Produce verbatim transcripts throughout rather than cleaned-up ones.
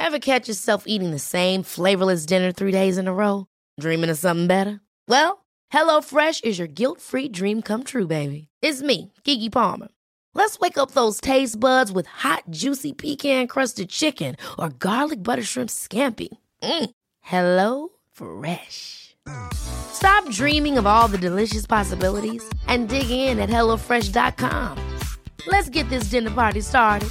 Ever catch yourself eating the same flavorless dinner three days in a row? Dreaming of something better? Well, HelloFresh is your guilt-free dream come true, baby. It's me, Keke Palmer. Let's wake up those taste buds with hot, juicy pecan-crusted chicken or garlic butter shrimp scampi. Mm. Hello Fresh. Stop dreaming of all the delicious possibilities and dig in at hello fresh dot com. Let's get this dinner party started.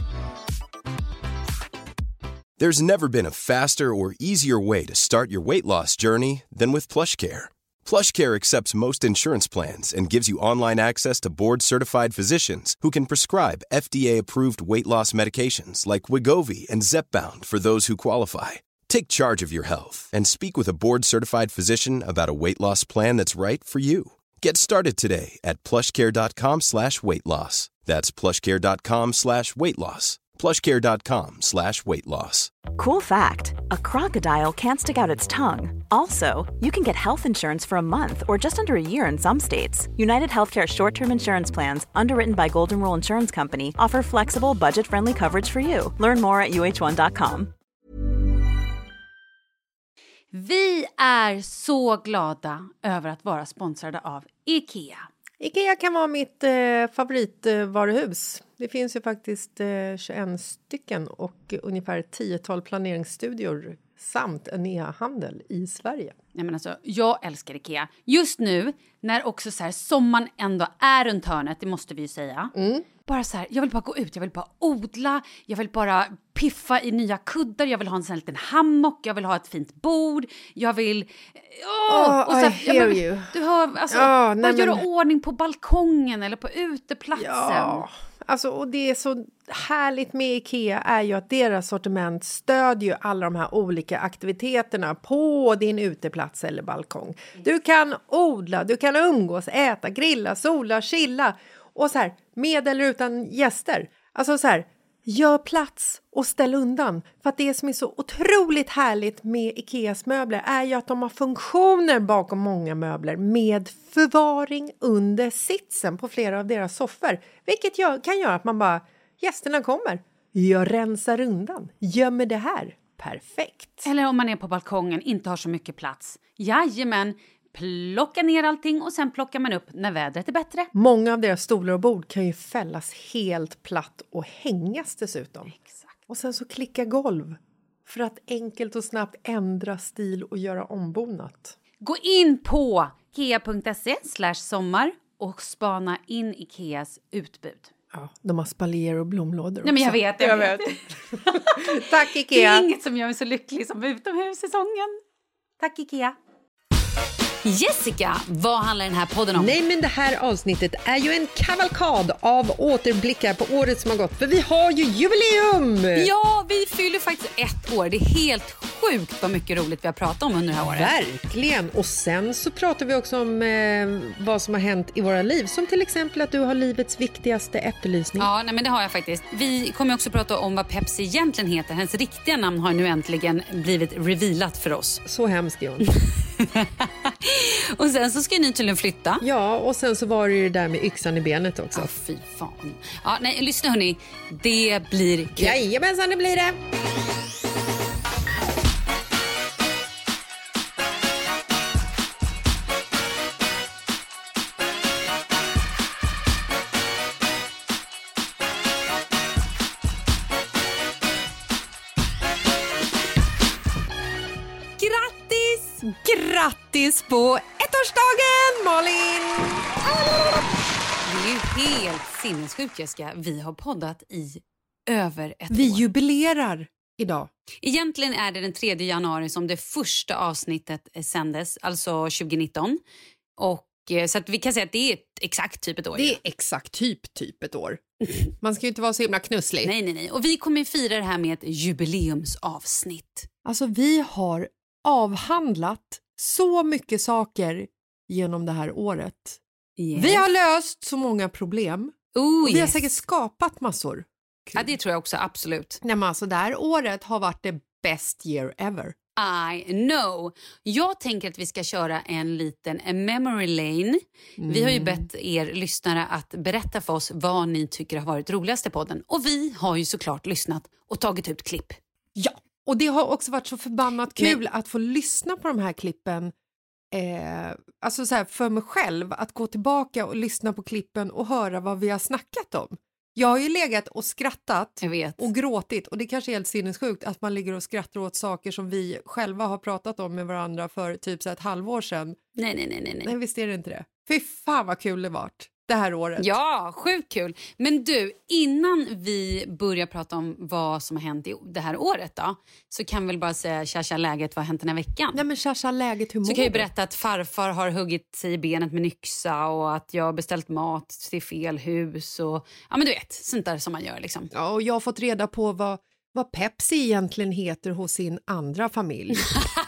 There's never been a faster or easier way to start your weight loss journey than with PlushCare. PlushCare accepts most insurance plans and gives you online access to board-certified physicians who can prescribe F D A-approved weight loss medications like Wegovy and Zepbound for those who qualify. Take charge of your health and speak with a board-certified physician about a weight loss plan that's right for you. Get started today at plushcare.com slash weight loss. That's plushcare.com slash weight loss. plushcare.com slash weight loss. Cool fact, a crocodile can't stick out its tongue. Also, you can get health insurance for a month or just under a year in some states. United Healthcare short-term insurance plans, underwritten by Golden Rule Insurance Company, offer flexible, budget-friendly coverage for you. Learn more at u h one dot com. Vi är så glada över att vara sponsrade av IKEA. IKEA kan vara mitt eh, favoritvaruhus. Det finns ju faktiskt eh, tjugoett stycken och ungefär tiotal planeringsstudior samt en e-handel i Sverige. Nej, men alltså, jag älskar IKEA. Just nu, när också så här, sommaren ändå är runt hörnet, det måste vi ju säga. Mm. Bara så här, jag vill bara gå ut, jag vill bara odla, jag vill bara piffa i nya kuddar, jag vill ha en sån här liten hammock, jag vill ha ett fint bord, jag vill... Åh, oh, och så här, I hear jag, men, you. Du hör, alltså, oh, nej, bara men... göra ordning på balkongen eller på uteplatsen. Ja, alltså, och det är så härligt med IKEA är ju att deras sortiment stödjer ju alla de här olika aktiviteterna på din uteplats eller balkong. Du kan odla, du kan umgås, äta, grilla, sola, chilla och så här, med eller utan gäster. Alltså så här, gör plats och ställ undan. För att det som är så otroligt härligt med IKEAs möbler är ju att de har funktioner bakom många möbler med förvaring under sitsen på flera av deras soffor. Vilket gör, kan göra att man bara, gästerna kommer, jag rensar undan, gömmer det här. Perfekt. Eller om man är på balkongen, inte har så mycket plats. Jajamän, plocka ner allting och sen plockar man upp när vädret är bättre. Många av deras stolar och bord kan ju fällas helt platt och hängas dessutom. Exakt. Och sen så klicka golv för att enkelt och snabbt ändra stil och göra ombonat. Gå in på ikea.se slash sommar och spana in Ikeas utbud. Ja, de har spaljer och blomlådor också. Nej, men jag vet, jag, jag vet. vet. Tack Ikea. Det är inget som gör mig så lycklig som utomhussäsongen. Tack Ikea. Jessica, vad handlar den här podden om? Nej, men det här avsnittet är ju en kavalkad av återblickar på året som har gått. För vi har ju jubileum! Ja, vi fyller faktiskt ett år. Det är helt sjukt vad mycket roligt vi har pratat om under det här året. Verkligen. Och sen så pratar vi också om eh, vad som har hänt i våra liv. Som till exempel att du har livets viktigaste efterlysning. Ja, nej, men det har jag faktiskt. Vi kommer också prata om vad Pepsi egentligen heter. Hennes riktiga namn har nu äntligen blivit revealat för oss. Så hemskt är hon. Och sen så ska ni tydligen flytta. Ja, och sen så var det ju det där med yxan i benet också. Ja, fy fan. Ja, nej, lyssna hörni. Det blir kul. Jajamensan, det blir det. Grattis på ettårsdagen, Malin! Det är ju helt sinnessjukt, Jessica. Vi har poddat i över ett Vi år. jubilerar idag. Egentligen är det den tredje januari som det första avsnittet sändes, alltså tjugonitton. Och så att vi kan säga att det är exakt typ ett år. Det är exakt typ typ ett år. Man ska ju inte vara så himla knusslig. Nej, nej, nej. Och vi kommer fira det här med ett jubileumsavsnitt. Alltså vi har avhandlat så mycket saker genom det här året. Yes. Vi har löst så många problem. Oh, och vi yes. har säkert skapat massor. Ja, det tror jag också, absolut. Nej, men alltså det här året har varit det best year ever. I know. Jag tänker att vi ska köra en liten en memory lane. Mm. Vi har ju bett er lyssnare att berätta för oss vad ni tycker har varit roligast i podden. Och vi har ju såklart lyssnat och tagit ut klipp. Ja, Och det har också varit så förbannat kul Men... att få lyssna på de här klippen. Eh, alltså så här, för mig själv, att gå tillbaka och lyssna på klippen och höra vad vi har snackat om. Jag har ju legat och skrattat Jag vet. och gråtit, och det kanske är helt sinnessjukt att man ligger och skrattar åt saker som vi själva har pratat om med varandra för typ så ett halvår sedan. Nej, nej, nej, nej. Nej, visst är det inte det. Fy fan vad kul det varit det här året. Ja, sjukt kul. Men du, innan vi börjar prata om vad som har hänt i det här året då, så kan vi väl bara säga tja tja läget, vad har hänt den här veckan? Nej men tja tja läget, hur mår Så kan jag du? berätta att farfar har huggit sig i benet med en yxa och att jag har beställt mat till fel hus och ja men du vet, sånt där som man gör liksom. Ja, och jag har fått reda på vad, vad Pepsi egentligen heter hos sin andra familj.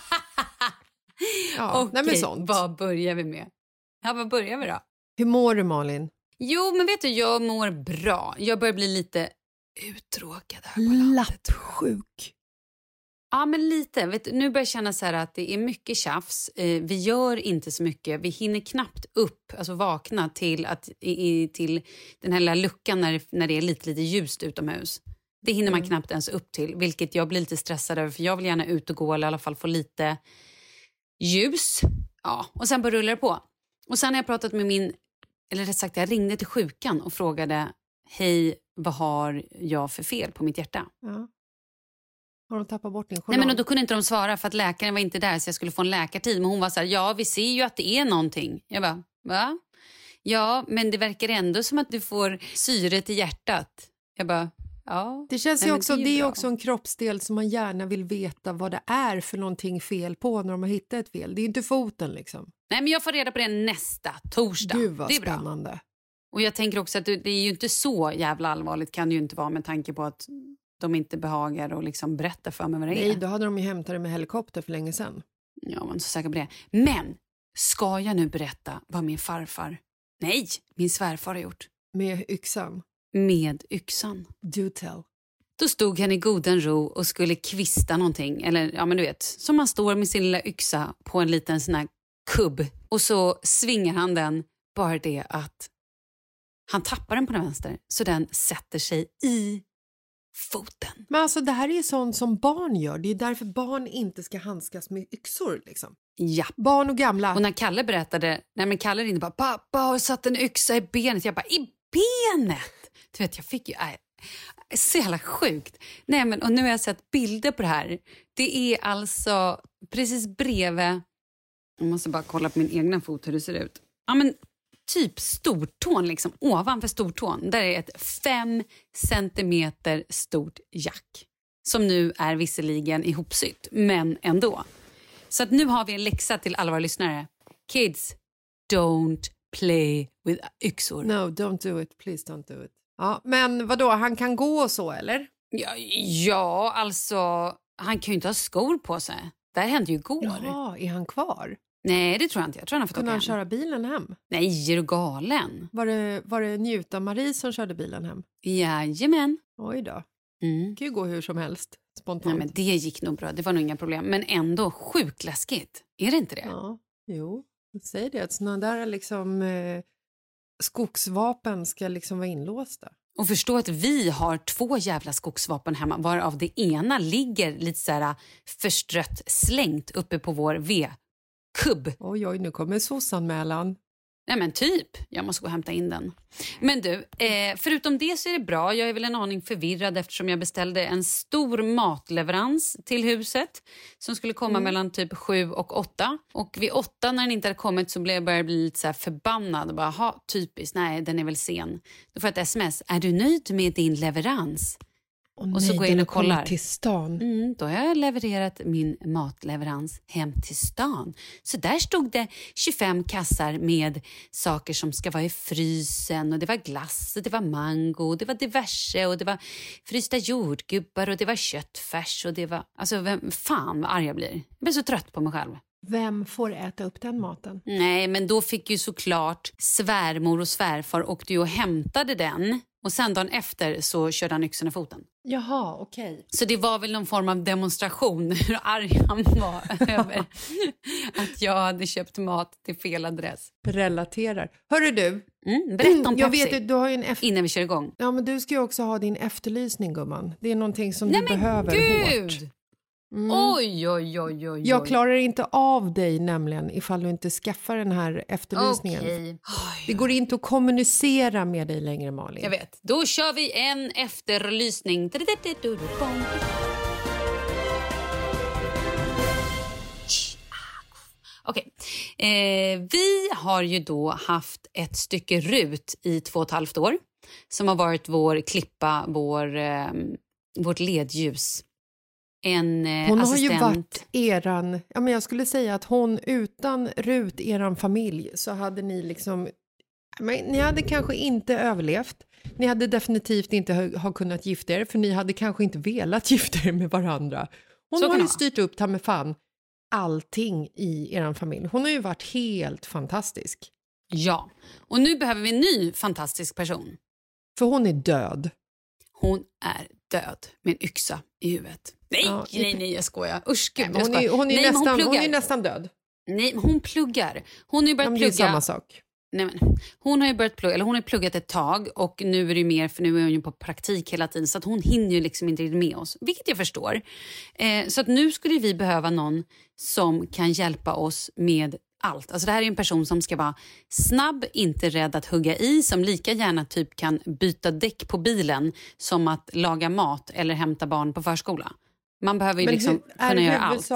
Ja, Okej, nej men sånt. vad börjar vi med? Ja, vad börjar vi då? Hur mår du, Malin? Jo, men vet du, jag mår bra. Jag börjar bli lite uttråkad här på landet. Lattsjuk. Ja, men lite. Vet du, nu börjar jag känna så här att det är mycket tjafs. Eh, vi gör inte så mycket. Vi hinner knappt upp, alltså vakna till, att, i, till den här lilla luckan när, när det är lite, lite ljust utomhus. Det hinner man Mm. knappt ens upp till, vilket jag blir lite stressad över. För jag vill gärna ut och gå eller i alla fall få lite ljus. Ja, och sen bara rullar det på. Och sen har jag pratat med min, eller rätt sagt jag ringde till sjukan och frågade, hej, vad har jag för fel på mitt hjärta? Ja. Har de tappat bort din journal? Nej, men då kunde inte de svara för att läkaren var inte där så jag skulle få en läkartid. Men hon var så här, ja vi ser ju att det är någonting. Jag bara, va? Ja, men det verkar ändå som att du får syret i hjärtat. Jag bara, ja. Det känns Nej, ju men också, det är det är bra. också en kroppsdel som man gärna vill veta vad det är för någonting fel på när de har hittat ett fel. Det är inte foten liksom. Nej, men jag får reda på det nästa torsdag. Gud vad det är bra. spännande. Och jag tänker också att det, det är ju inte så jävla allvarligt kan det ju inte vara med tanke på att de inte behagar och liksom berätta för mig vad det Nej, är. då hade de ju hämtat det med helikopter för länge sedan. Ja, man är så säker på det. Men ska jag nu berätta vad min farfar, nej, min svärfar har gjort? Med yxan. Med yxan. Do tell. Då stod han i godan ro och skulle kvista någonting. Eller ja men du vet, som man står med sin lilla yxa på en liten sån här kubb. Och så svingar han den, bara det att han tappar den på den vänster. Så den sätter sig i foten. Men alltså det här är ju sånt som barn gör. Det är därför barn inte ska handskas med yxor liksom. Ja. Barn och gamla. Och när Kalle berättade, nej men Kalle ringde bara, pappa har satt en yxa i benet. Jag bara, i benet? Du vet, jag fick ju, äh, så jävla sjukt. Nej men, och nu har jag sett bilder på det här. Det är alltså precis bredvid, jag måste bara kolla på min egna fot hur det ser ut. Ja men, typ stortån liksom, ovanför stortån. Där är ett fem centimeter stort jack. Som nu är visserligen ihopsytt, men ändå. Så att nu har vi en läxa till alla våra lyssnare. Kids, don't play with yxor. No, don't do it. Please don't do it. Ja, men vadå, han kan gå och så eller? Ja, ja, alltså, han kan ju inte ha skor på sig. Det här hände ju igår. Jaha, är han kvar? Nej, det tror jag inte. Jag tror han har fått Kunde åka han hem. köra bilen hem? Nej, är du galen? Var det, var det Njuta Marie som körde bilen hem? Jajamän. Oj då. Mm. Det kan ju gå hur som helst, spontant. Nej, men det gick nog bra. Det var nog inga problem. Men ändå sjukt läskigt. Är det inte det? Ja, jo. Säg det, att sådana där liksom eh, skogsvapen ska liksom vara inlåsta. Och förstå att vi har två jävla skogsvapen hemma, varav det ena ligger lite så här förstrött slängt uppe på vår vedkubb. Oj, oj, nu kommer sossanmälan. Nej men typ, jag måste gå och hämta in den. Men du, eh, förutom det så är det bra. Jag är väl en aning förvirrad eftersom jag beställde en stor matleverans till huset. Som skulle komma mm. mellan typ sju och åtta. Och vid åtta när den inte hade kommit så blev jag började bli lite så här förbannad. Och bara, ha typiskt, nej den är väl sen. Då får jag ett sms, är du nöjd med din leverans? Oh, och så nej, går jag in och kommer kollar. till stan. Mm, då har jag levererat min matleverans hem till stan. Så där stod det tjugofem kassar med saker som ska vara i frysen. Och det var glass och det var mango och det var diverse och det var frysta jordgubbar och det var köttfärs och det var... Alltså vem fan vad arg jag blir. Jag blir så trött på mig själv. Vem får äta upp den maten? Nej, men då fick ju såklart svärmor och svärfar åkte ju och hämtade den. Och sen dagen efter så körde han yxan i foten. Jaha, okej. Okay. Så det var väl någon form av demonstration hur arg han var över att jag hade köpt mat till fel adress. Relaterar. Hörru du. Mm, berätta om Pepsi. Jag vet, du har ju en efter... Innan vi kör igång. Ja, men du ska ju också ha din efterlysning, gumman. Det är någonting som Nej, du men behöver Gud! hårt. Mm. Oj, oj, oj, oj. Jag klarar inte av dig nämligen ifall du inte skaffar den här efterlysningen. Okay. Det går inte att kommunicera med dig längre, Malin. Jag vet. Då kör vi en efterlysning. Okej. Okay. Eh, vi har ju då haft ett stycke Rut i två och ett halvt år. Som har varit vår klippa, vår, eh, vårt ledljus. En eh, hon assistent. har ju varit eran, ja, men jag skulle säga att hon utan Rut, eran familj, så hade ni liksom, men ni hade kanske inte överlevt. Ni hade definitivt inte ha, ha kunnat gifta er, för ni hade kanske inte velat gifta er med varandra. Hon så har ju styrt upp, ta med fan, allting i eran familj. Hon har ju varit helt fantastisk. Ja, och nu behöver vi en ny fantastisk person. För hon är död. Hon är död med en yxa i huvudet. Nej, ja, nej, nej, jag skojar. Usch, gud, nej, jag skojar. Hon är, hon är, nej, nästan, hon hon är nästan död. Nej, hon pluggar. Hon har ju börjat ja, plugga. Det är samma sak. Nej, men, hon har ju börjat plugga, eller hon har pluggat ett tag och nu är det mer, för nu är hon ju på praktik hela tiden, så att hon hinner ju liksom inte med oss, vilket jag förstår. Eh, så att nu skulle vi behöva någon som kan hjälpa oss med allt. Alltså det här är en person som ska vara snabb, inte rädd att hugga i, som lika gärna typ kan byta däck på bilen som att laga mat eller hämta barn på förskola. Man behöver ju men liksom hu- kunna göra allt.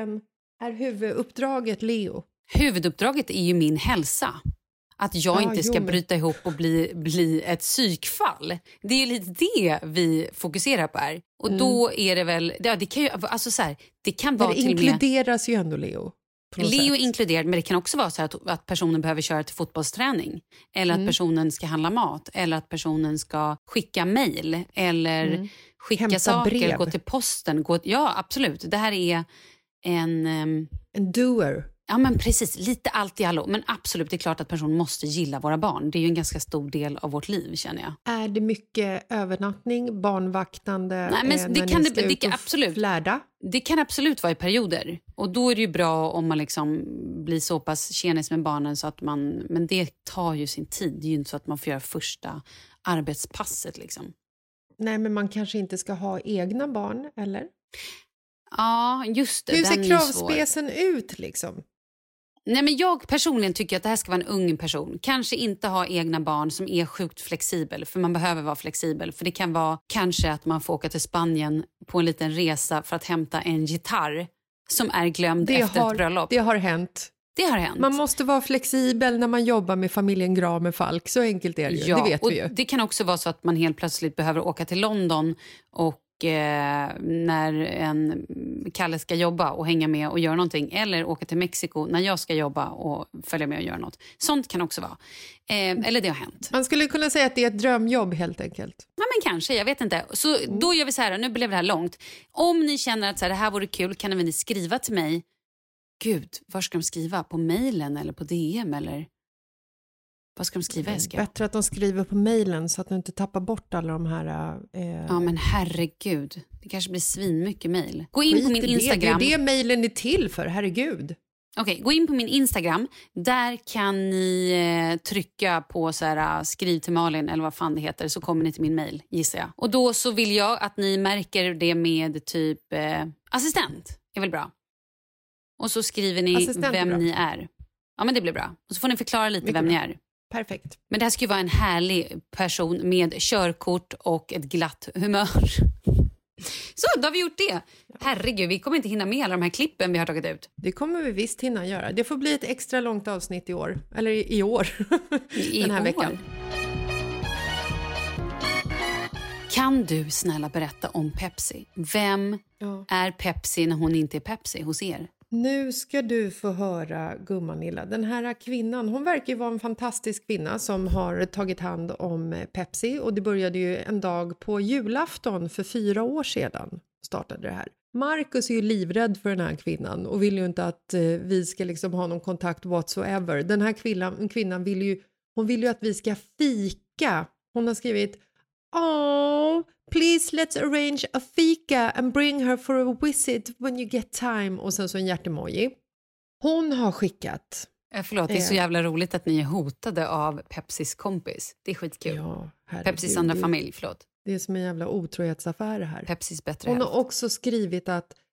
Är huvuduppdraget Leo? Huvuduppdraget är ju min hälsa. Att jag ja, inte ska jo, men... bryta ihop och bli, bli ett psykfall. Det är lite det vi fokuserar på här. Och mm. då är det väl... Ja, det kan ju, alltså så här, det kan vara det till inkluderas med, ju ändå Leo. Leo är inkluderad, men det kan också vara så här att, att personen behöver köra till fotbollsträning. Eller mm. att personen ska handla mat. Eller att personen ska skicka mejl. Eller mm. skicka Hämta saker, brev. Gå till posten. Gå, ja, absolut. Det här är en... Um, en doer. Ja, men precis. Lite allt i allo. Men absolut, det är klart att personen måste gilla våra barn. Det är ju en ganska stor del av vårt liv, känner jag. Är det mycket övernattning, barnvaktande? Nej, men det kan det, det kan absolut. Flärda? Det kan absolut vara i perioder. Och då är det ju bra om man liksom blir så pass tjenis med barnen så att man... Men det tar ju sin tid. Det är ju inte så att man får göra första arbetspasset liksom. Nej, men man kanske inte ska ha egna barn, eller? Ja, just det. Hur ser kravspecen ut liksom? Nej, men jag personligen tycker att det här ska vara en ung person. Kanske inte ha egna barn som är sjukt flexibel. För man behöver vara flexibel. För det kan vara kanske att man får åka till Spanien på en liten resa för att hämta en gitarr som är glömd det efter har, ett bröllop. Det har hänt. Det har hänt. Man måste vara flexibel när man jobbar med familjen Graham med Falk. Så enkelt är det ju. Ja, det vet och vi ju. Det kan också vara så att man helt plötsligt behöver åka till London och Eh, när en Kalle ska jobba och hänga med och göra någonting, eller åka till Mexiko när jag ska jobba och följa med och göra något. Sånt kan också vara. Eh, eller det har hänt. Man skulle kunna säga att det är ett drömjobb helt enkelt. Ja, men kanske, jag vet inte. Så mm. då gör vi så här, nu blev det här långt. Om ni känner att så här, det här vore kul, kan ni skriva till mig. Gud, var ska de skriva? På mejlen eller på D M eller? Vad ska de skriva, Eska? Bättre att de skriver på mejlen så att du inte tappar bort alla de här... Eh... Ja, men herregud. Det kanske blir svin mycket mejl. Gå in Skit på min Instagram. Det är det mejlen är till för, herregud. Okej, okay, gå in på min Instagram. Där kan ni eh, trycka på så här, skriv till Malin eller vad fan det heter, så kommer ni till min mejl, gissar jag. Och då så vill jag att ni märker det med typ eh, assistent. Det är väl bra. Och så skriver ni assistent vem ni är. Ja, men det blir bra. Och så får ni förklara lite Mycket vem bra. Ni är. Perfekt. Men det här ska ju vara en härlig person med körkort och ett glatt humör. Så, då har vi gjort det. Herregud, vi kommer inte hinna med alla de här klippen vi har tagit ut. Det kommer vi visst hinna göra. Det får bli ett extra långt avsnitt i år. Eller i, i år. I Den här år. veckan. Kan du snälla berätta om Pepsi? Vem ja. Är Pepsi när hon inte är Pepsi hos er? Nu ska du få höra, gumman lilla. Den här kvinnan, hon verkar ju vara en fantastisk kvinna som har tagit hand om Pepsi. Och det började ju en dag på julafton för fyra år sedan startade det här. Marcus är ju livrädd för den här kvinnan och vill ju inte att eh, vi ska liksom ha någon kontakt whatsoever. Den här kvinnan, kvinnan vill ju, hon vill ju att vi ska fika. Hon har skrivit: "Oh, please let's arrange a fika and bring her for a visit when you get time." Och sen så en hjärtemoji. Hon har skickat... Eh, förlåt, det är så jävla roligt att ni är hotade av Pepsis kompis. Det är skitkul. Ja, Pepsis andra det, familj, förlåt. Det är som en jävla otrohetsaffär här. Pepsis bättre Hon hälft. har också skrivit att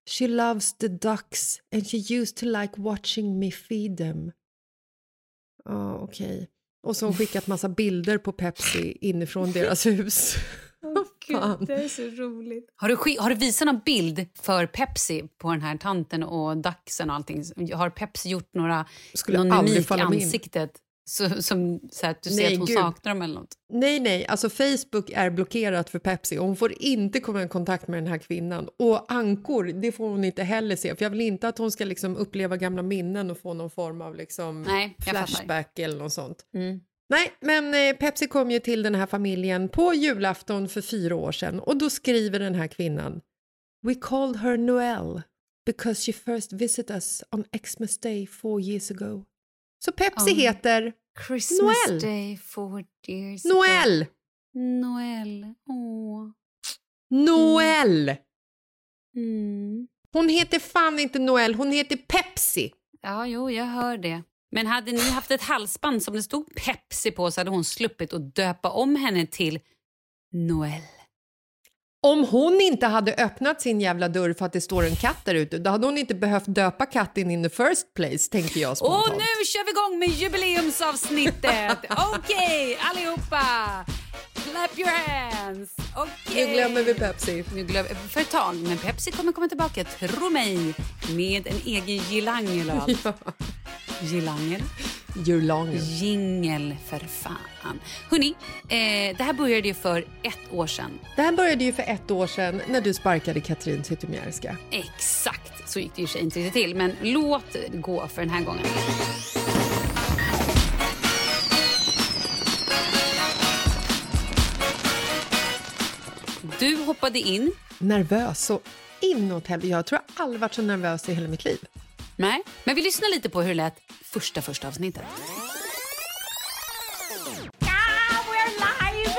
She loves the ducks and she used to like watching me feed them. Ja, oh, okej. Okay. Och så har hon skickat massa bilder på Pepsi inifrån deras hus. Oh, Gud, det är så roligt. Har du, har du visat någon bild för Pepsi på den här tanten och daxen och allting? Har Pepsi gjort några, någon unik i ansiktet? Så, som så här, du ser nej, att hon Gud. saknar dem eller något. Nej, nej. Alltså Facebook är blockerat för Pepsi. Hon får inte komma i kontakt med den här kvinnan. Och ankor, det får hon inte heller se. För jag vill inte att hon ska liksom uppleva gamla minnen och få någon form av liksom nej, flashback fattar. Eller något sånt. Mm. Nej, men eh, Pepsi kom ju till den här familjen på julafton för fyra år sedan. Och då skriver den här kvinnan: We called her Noel because she first visited us on Xmas Day four years ago. Så Pepsi oh. heter Christmas Noel. Day four years Noel. ago. Noel. Åh. Noel. Mm. Hon heter fan inte Noel, hon heter Pepsi. Ja, jo, jag hör det. Men hade ni haft ett halsband som det stod Pepsi på så hade hon sluppit att döpa om henne till Noel. Om hon inte hade öppnat sin jävla dörr för att det står en katt där ute, då hade hon inte behövt döpa katten in the first place, tänker jag spontant. Och nu kör vi igång med jubileumsavsnittet. Okej, okay, allihopa. Clap your hands. Okay. Nu glömmer vi Pepsi. Nu glömmer för ett tag, men Pepsi kommer komma tillbaka, tro mig, med en egen gilangel och allt. Ja. Gilangel. Gilangel. Jingel för fan. Hörrni, eh, det här började ju för ett år sedan. Det här började ju för ett år sedan när du sparkade Katrin Zytomierska. Exakt, så gick det ju sig inte riktigt till. Men låt gå för den här gången. Du hoppade in. Nervös och inåt helvete. Jag tror jag aldrig varit så nervös i hela mitt liv. Nej, men vi lyssnar lite på hur det lät första första avsnittet. Ah, we're live!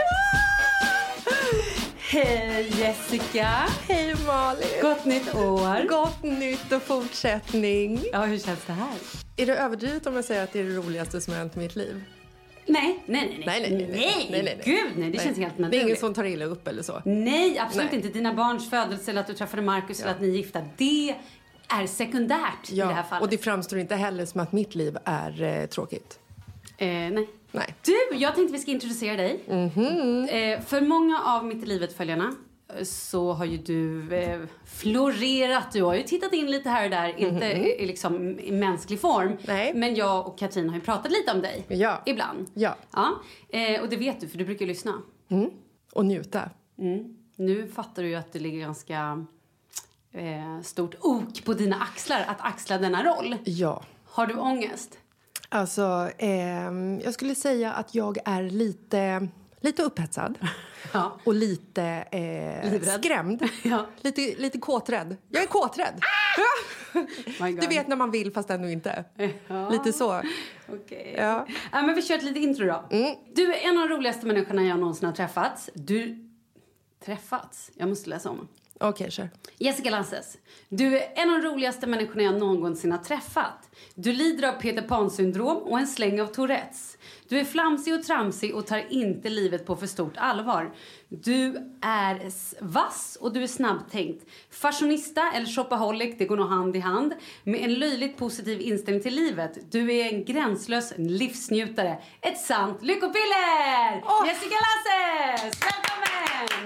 Hej Jessica! Hej Malin! Gott nytt år! Gott nytt och fortsättning! Ja, hur känns det här? Är det överdrivet om jag säger att det är det roligaste som har hänt i mitt liv? Nej, nej, nej, nej, nej, nej, nej, nej, nej. Gud, nej, det nej. känns helt naturligt. Det är ingen som tar illa upp eller så? Nej, absolut nej. inte. Dina barns födelse eller att du träffade Marcus ja. eller att ni är gifta, det är sekundärt ja, i det här fallet. Och det framstår inte heller som att mitt liv är eh, tråkigt. Eh, nej. nej. Du, jag tänkte vi ska introducera dig. Mm-hmm. Eh, för många av Mitt i livet-följarna så har ju du eh, florerat. Du har ju tittat in lite här och där, mm-hmm. inte i, liksom, i mänsklig form. Nej. Men jag och Katrin har ju pratat lite om dig. Ja. Ibland. Ja. ja. Eh, och det vet du, för du brukar lyssna. Mm. Och njuta. Mm. Nu fattar du ju att det ligger ganska eh, stort ok på dina axlar att axla denna roll. Ja. Har du ångest? Alltså, eh, jag skulle säga att jag är lite, lite upphetsad. Ja. Och lite eh, skrämd. Ja. Lite, lite kåträdd. Jag är kåträdd. Ah! Du vet när man vill fast ändå inte. Ja. Lite så. Okej. Ja. Ja, men vi kör ett litet intro då. Mm. Du är en av de roligaste människorna jag någonsin har träffats. Du... Träffats? Jag måste läsa om. Okej, okay, kör. Jessica Lanses. Du är en av de roligaste människorna jag någonsin har träffat. Du lider av Peter Pan-syndrom och en släng av Tourettes. Du är flamsig och tramsig och tar inte livet på för stort allvar. Du är vass och du är snabbtänkt. Fashionista eller shopaholic, det går nog hand i hand. Med en löjligt positiv inställning till livet. Du är en gränslös livsnjutare. Ett sant lyckopiller! Oh. Jessica Lanses! Välkommen!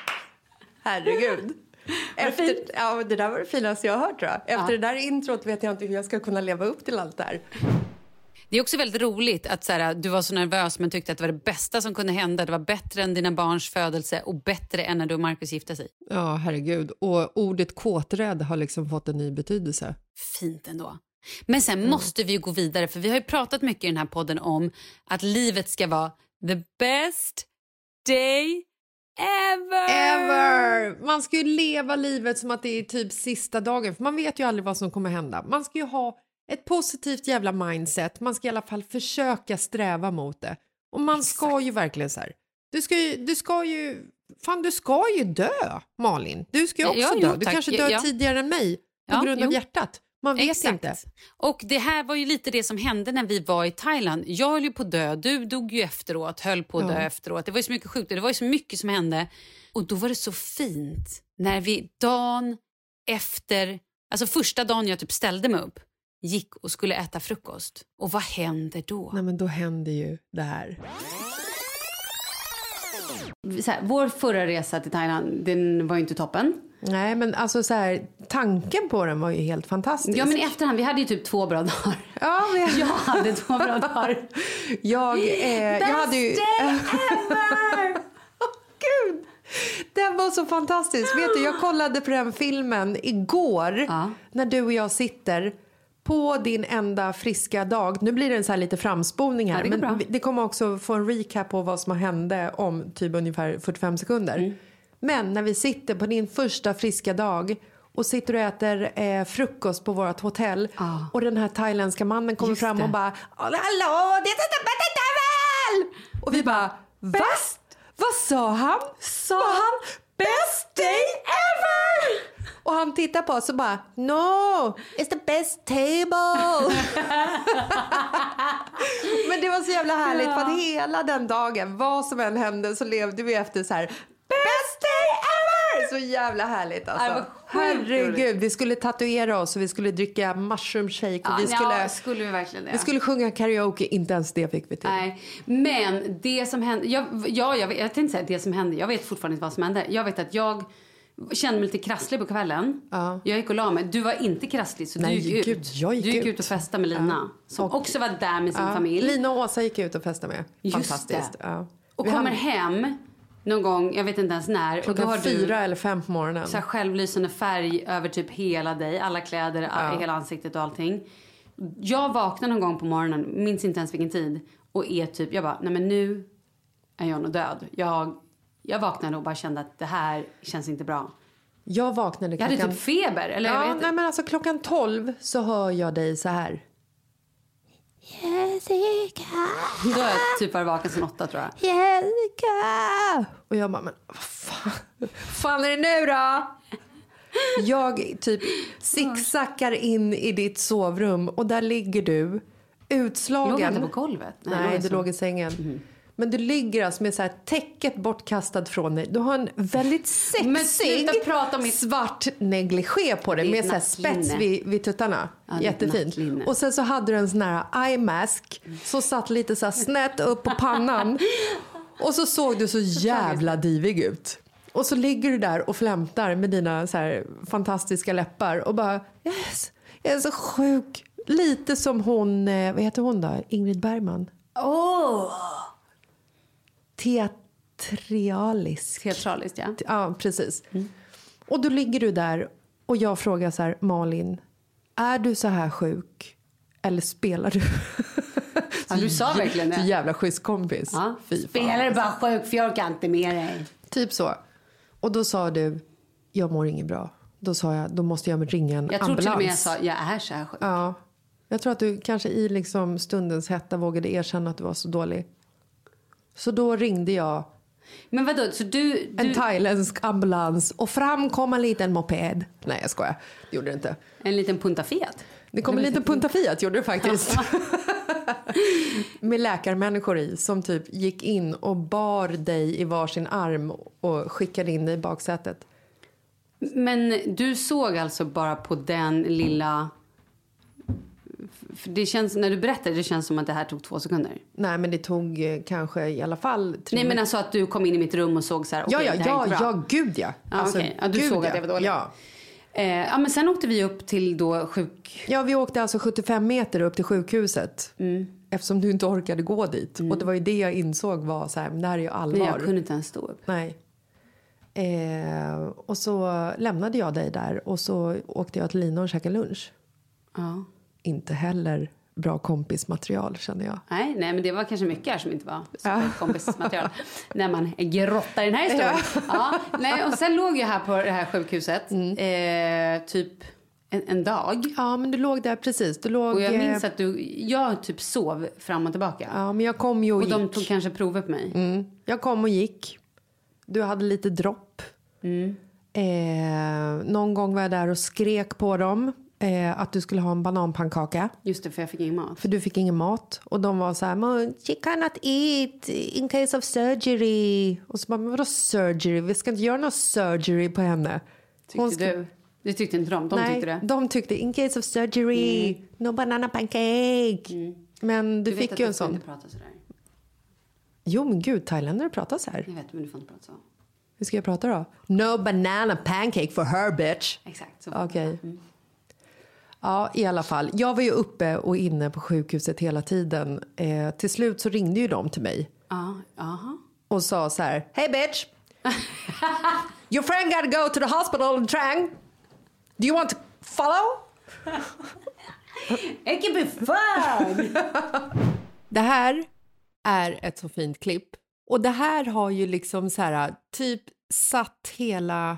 Herregud. Efter, det, ja, det där var det finaste jag har hört, tror jag. Efter ja. det där introt vet jag inte hur jag ska kunna leva upp till allt det här. Det är också väldigt roligt att så här, du var så nervös men tyckte att det var det bästa som kunde hända. Det var bättre än dina barns födelse och bättre än när du och Marcus gifte sig. Ja, herregud. Och ordet kåträdd har liksom fått en ny betydelse. Fint ändå. Men sen mm. måste vi ju gå vidare, för vi har ju pratat mycket i den här podden om att livet ska vara the best day ever. Ever! Man ska ju leva livet som att det är typ sista dagen. För man vet ju aldrig vad som kommer hända. Man ska ju ha ett positivt jävla mindset. Man ska i alla fall försöka sträva mot det. Och man Exakt. ska ju verkligen så här. Du ska ju, du ska ju, fan du ska ju dö, Malin. Du ska ju också ja, dö. Jo, du kanske dör ja. tidigare än mig på ja, grund av jo. hjärtat. Man vet Exakt. inte. Och det här var ju lite det som hände när vi var i Thailand. Jag höll ju på att dö, du dog ju efteråt, höll på att dö ja. efteråt. Det var ju så mycket sjukt, det var ju så mycket som hände. Och då var det så fint när vi dagen efter, alltså första dagen jag typ ställde mig upp, gick och skulle äta frukost. Och vad händer då? Nej, men då händer ju det här. Så här, vår förra resa till Thailand, den var ju inte toppen. Nej, men alltså så här, tanken på den var ju helt fantastisk. Ja, men i efterhand, vi hade ju typ två bra dagar. Ja, vi... Jag hade två bra dagar. jag, eh, jag hade ju... Best day ever! Åh, Gud! Den var så fantastisk. Vet du, jag kollade på den filmen igår. Ja. När du och jag sitter på din enda friska dag. Nu blir det en så här lite framspolning här. Ja, det men bra. det kommer också få en recap på vad som har hände om typ ungefär fyrtiofem sekunder. Mm. Men när vi sitter på din första friska dag och sitter och äter eh, frukost på vårt hotell. Ah. Och den här thailändska mannen kommer Just fram det. och bara, hallå, det är inte bättre väl! Och vi bara, bäst? Vad sa han? Sa han best day ever? Och han tittar på oss och bara, no, it's the best table. Men det var så jävla härligt för att hela den dagen, vad som än hände, så levde vi efter så här, best day ever! Så jävla härligt alltså. Herregud, vi skulle tatuera oss och vi skulle dricka mushroom shake. Och Ja, vi skulle, ja, skulle vi verkligen det? vi skulle sjunga karaoke, inte ens det fick vi till. Nej, men det som hände, jag, ja, jag, vet, jag tänkte säga det som hände, jag vet fortfarande inte vad som hände. Jag vet att jag kände mig lite krasslig på kvällen. Ja. Jag gick och la mig. Du var inte krasslig, så Nej, du gick gud, ut. Jag gick du gick ut. ut och festade med Lina, ja. Som och, också var där med sin ja. familj. Lina och Åsa gick ut och festade med. Just Fantastiskt. det. Ja. Och vi kommer hann... hem någon gång, jag vet inte ens när. Klockan och då har fyra du eller fem på morgonen. så här självlysande färg över typ hela dig. Alla kläder, ja. hela ansiktet och allting. Jag vaknar någon gång på morgonen, minns inte ens vilken tid. Och är typ, jag bara, nej men nu är jag nog död. Jag, jag vaknade och bara kände att det här känns inte bra. Jag vaknade klockan... Jag hade typ feber, eller ja, jag vet nej, men alltså klockan tolv så hör jag dig så här. Jessica. Då har jag typ varit vaken sedan åtta, tror jag. Jessica. Och jag bara, men vad fan, vad fan är det nu då? Jag typ zigzaggar in i ditt sovrum och där ligger du utslagen. Låg inte på golvet? Nej, Nej du låg i sängen. Mm. Men du ligger alltså med så här täcket bortkastat från dig. Du har en väldigt sexig svart negligé på dig med så här spets vid, vid tuttarna. Ja, jättefint. Och sen så hade du en sån här eye mask som satt lite så här snett upp på pannan. Och så såg du så jävla divig ut. Och så ligger du där och flämtar med dina så här fantastiska läppar och bara, yes, jag är så sjuk. Lite som hon, vad heter hon då? Ingrid Bergman. Åh! Oh. Teatralisk. Teatraliskt, ja. Ja, precis. Mm. Och då ligger du där och jag frågar så här, Malin, är du så här sjuk? Eller spelar du? Ja, du sa verkligen det. Så jävla schysst kompis. Ja. Spelar du bara sjuk för jag orkar inte med dig. Typ så. Och då sa du, jag mår inget bra. Då sa jag, då måste jag ringa en jag ambulans. Jag tror till och med jag sa, jag är så här sjuk. Ja. Jag tror att du kanske i liksom stundens hetta vågade erkänna att du var så dålig. Så då ringde jag. Men vadå, så du, du... en thailändsk ambulans och fram kom en liten moped. Nej, jag skojar. Det gjorde det inte. En liten Punta Fiat. Det kom en liten Punta Fiat, gjorde det faktiskt. Med läkarmänniskor i som typ gick in och bar dig i varsin arm och skickade in dig i baksätet. Men du såg alltså bara på den lilla... För det känns, när du berättar, det känns som att det här tog två sekunder. Nej, men det tog eh, kanske i alla fall tre. Nej, men alltså att du kom in i mitt rum och såg så här, ja, okej, ja, det här ja, är inte bra. ja, gud ja. Ja, alltså, okej. Ja, du gud, såg ja. att det var dåligt. Ja. Eh, ja, men sen åkte vi upp till då sjuk... Ja, vi åkte alltså sjuttiofem meter upp till sjukhuset. Mm. Eftersom du inte orkade gå dit. Mm. Och det var ju det jag insåg var så här, men det här är ju allvar. Nej, jag kunde inte ens stå upp. Nej. Eh, och så lämnade jag dig där och så åkte jag till Lina och käkade lunch. Ja. Inte heller bra kompismaterial, känner jag. Nej, nej, men det var kanske mycket här som inte var ja. kompismaterial. När man grottar i den här historien. Ja. Ja, nej, och sen låg jag här på det här sjukhuset mm. eh, typ en, en dag. Ja, men du låg där precis. Du låg, och jag minns att du, jag typ sov fram och tillbaka. Ja, men jag kom ju och, och gick. de tog kanske prover på mig. Mm. Jag kom och gick. Du hade lite dropp. Mm. Eh, någon gång var jag där och skrek på dem. Eh, att du skulle ha en bananpannkaka. Just det, för jag fick ingen mat. För du fick ingen mat. Och de var så här, she cannot eat in case of surgery. Och så bara, men vadå surgery? Vi ska inte göra någon surgery på henne. Tyckte ska... du? Det tyckte inte de, de Nej, tyckte det. de tyckte in case of surgery, mm. no banana pancake. Mm. Men du, du fick vet ju en sån. Inte prata sådär. Jo men gud, thailändare pratar så här. Jag vet, men du får inte prata så. Hur ska jag prata då? No banana pancake for her bitch. Exakt. Okej. Okay. Mm. Ja, i alla fall. Jag var ju uppe och inne på sjukhuset hela tiden. Eh, till slut så ringde ju de till mig. Ja, uh, aha. Och sa så här, hey bitch. Your friend gotta go to the hospital in Trang. Do you want to follow? It can be fun. Det här är ett så fint klipp. Och det här har ju liksom så här typ satt hela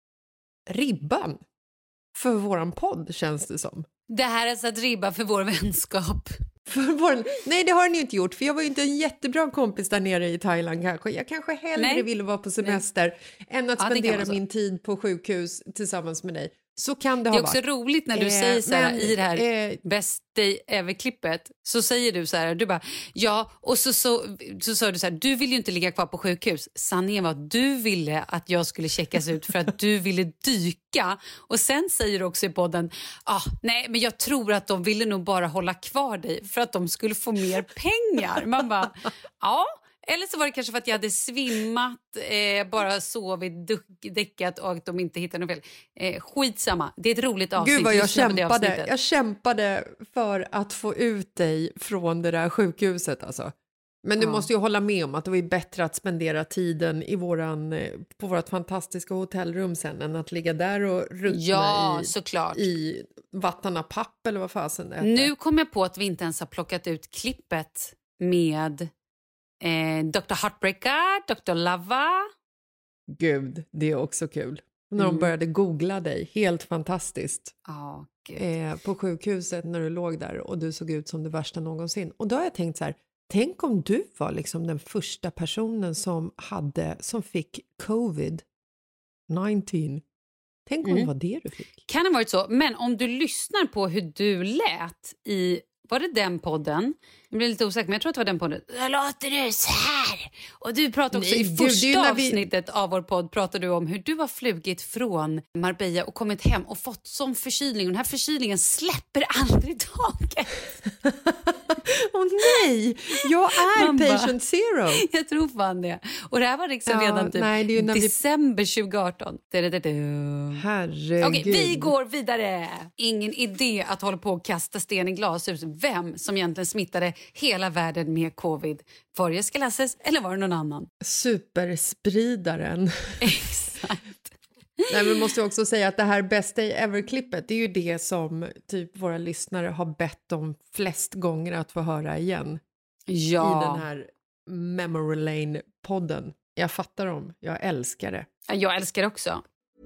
ribban för våran podd, känns det som. Det här är satt ribban för vår vänskap. För vår... Nej, det har den ju inte gjort. För jag var ju inte en jättebra kompis där nere i Thailand kanske. Jag kanske hellre Nej. ville vara på semester Nej. än att ja, spendera min tid på sjukhus tillsammans med dig. Så kan det, det ha varit. Det är också roligt när du eh, säger så här, men, i det här eh, bäst dig ever-klippet, så säger du så här, du bara, ja, och så så så sa du så här, du vill ju inte ligga kvar på sjukhus. Sanningen var att du ville att jag skulle checkas ut för att du ville dyka. Och sen säger du också i podden, ah, nej, men jag tror att de ville nog bara hålla kvar dig för att de skulle få mer pengar. Man bara, ja. Eller så var det kanske för att jag hade svimmat, eh, bara sovit, däckat och att de inte hittade något fel. Eh, skitsamma, det är ett roligt avsnitt. Gud vad jag kämpade, jag kämpade för att få ut dig från det där sjukhuset alltså. Men du ja. måste ju hålla med om att det var bättre att spendera tiden i våran, på vårt fantastiska hotellrum sen än att ligga där och ruttna ja, i, såklart. i vattanapapp eller vad fasen det heter. Nu kom jag på att vi inte ens har plockat ut klippet med... Eh, doktor Heartbreaker, doktor Lava. Gud, det är också kul. När mm. de började googla dig, helt fantastiskt. Oh, eh, på sjukhuset när du låg där och du såg ut som det värsta någonsin. Och då har jag tänkt så här, tänk om du var liksom den första personen som hade, som fick covid nitton. Tänk om mm. det var det du fick. Kan ha varit så, men om du lyssnar på hur du lät i... Var det den podden? Jag blir lite osäker, men jag tror att det var den podden. Då låter du så här. Och du pratade också Nej, i första du, avsnittet vi... av vår podd pratade du om hur du har flugit från Marbella och kommit hem och fått sån förkylning. Och den här förkylningen släpper aldrig taget. Åh oh, nej, jag är Man patient bara, zero. Jag tror fan det. Och det här var liksom ja, redan typ nej, det är ju december vi... tjugo arton. Herregud. Okej, vi går vidare. Ingen idé att hålla på och kasta sten i glashus. Vem som egentligen smittade hela världen med covid. Var det Skalasses eller var det någon annan? Superspridaren. Exakt. Nej, men måste också säga att det här Best Day Ever-klippet, det är ju det som typ våra lyssnare har bett om flest gånger att få höra igen. Ja. I den här Memory Lane-podden. Jag fattar dem. Jag älskar det. Jag älskar det också.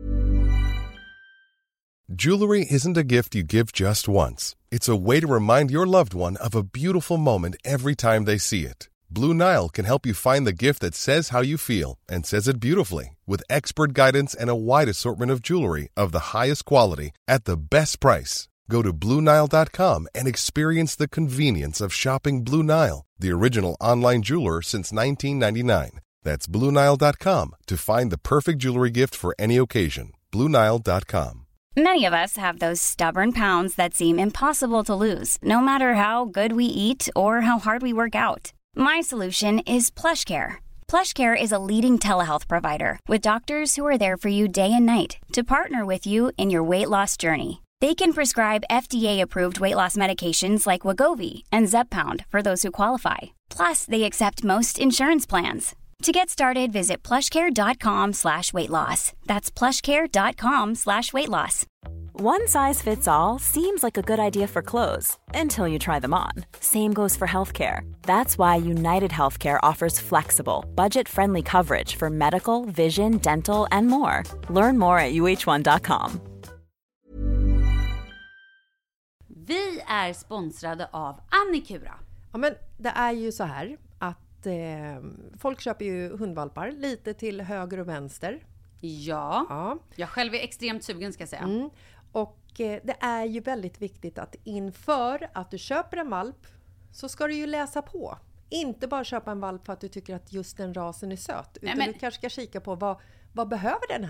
Jewelry isn't a gift you give just once. It's a way to remind your loved one of a beautiful moment every time they see it. Blue Nile can help you find the gift that says how you feel and says it beautifully, with expert guidance and a wide assortment of jewelry of the highest quality at the best price. Go to Blue Nile dot com and experience the convenience of shopping Blue Nile, the original online jeweler since nineteen ninety-nine. That's Blue Nile dot com to find the perfect jewelry gift for any occasion. Blue Nile dot com. Many of us have those stubborn pounds that seem impossible to lose, no matter how good we eat or how hard we work out. My solution is PlushCare. PlushCare is a leading telehealth provider with doctors who are there for you day and night to partner with you in your weight loss journey. They can prescribe F D A-approved weight loss medications like Wegovy and Zepbound for those who qualify. Plus, they accept most insurance plans. To get started, visit plushcare.com slash weight loss. That's plushcare.com slash weight loss. One size fits all seems like a good idea for clothes until you try them on. Same goes for healthcare. That's why United Healthcare offers flexible, budget-friendly coverage for medical, vision, dental, and more. Learn more at u h one dot com. Vi är sponsrade av Annikura. Ja, men det är ju så här att eh, folk köper ju hundvalpar lite till höger och vänster. Ja, ja. Jag själv är extremt sugen ska jag säga. Mm. Och eh, det är ju väldigt viktigt att inför att du köper en valp så ska du ju läsa på. Inte bara köpa en valp för att du tycker att just den rasen är söt. Utan Nej, men... du kanske ska kika på vad, vad behöver den här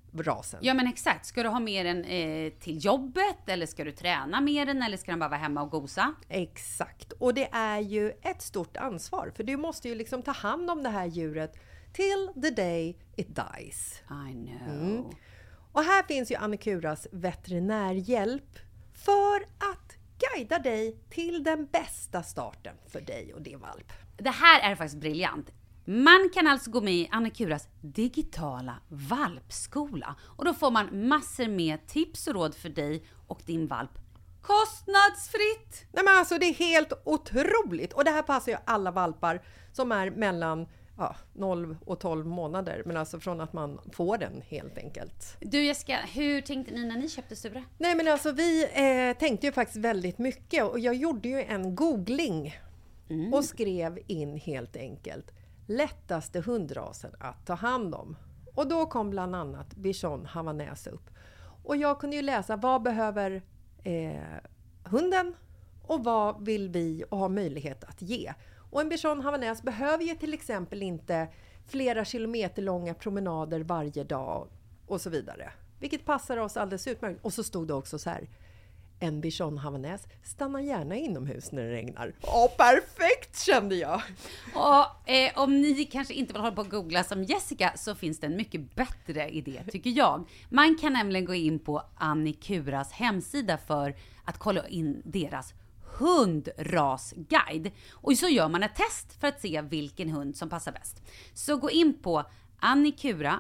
rasen. Ja men exakt, ska du ha med den eh, till jobbet eller ska du träna med den eller ska den bara vara hemma och gosa? Exakt, och det är ju ett stort ansvar för du måste ju liksom ta hand om det här djuret till the day it dies. I know. Mm. Och här finns ju Annikuras veterinärhjälp för att guida dig till den bästa starten för dig och din valp. Det här är faktiskt briljant. Man kan alltså gå med i Annikuras digitala valpskola. Och då får man massor med tips och råd för dig och din valp. Kostnadsfritt! Nej men alltså det är helt otroligt. Och det här passar ju alla valpar som är mellan ja, noll och tolv månader. Men alltså från att man får den helt enkelt. Du Jessica, hur tänkte ni när ni köpte Sura? Nej men alltså vi eh, tänkte ju faktiskt väldigt mycket. Och jag gjorde ju en googling. Mm. Och skrev in helt enkelt lättaste hundrasen att ta hand om. Och då kom bland annat Bichon Havanäs upp. Och jag kunde ju läsa vad behöver eh, hunden och vad vill vi och ha möjlighet att ge. Och en Bichon Havanäs behöver ju till exempel inte flera kilometer långa promenader varje dag och så vidare. Vilket passar oss alldeles utmärkt. Och så stod det också så här. En Bichon Havanäs stannar gärna inomhus när det regnar. Åh, perfekt kände jag! Och eh, om ni kanske inte vill hålla på att googla som Jessica så finns det en mycket bättre idé tycker jag. Man kan nämligen gå in på Annikuras hemsida för att kolla in deras hundrasguide. Och så gör man ett test för att se vilken hund som passar bäst. Så gå in på Annikura,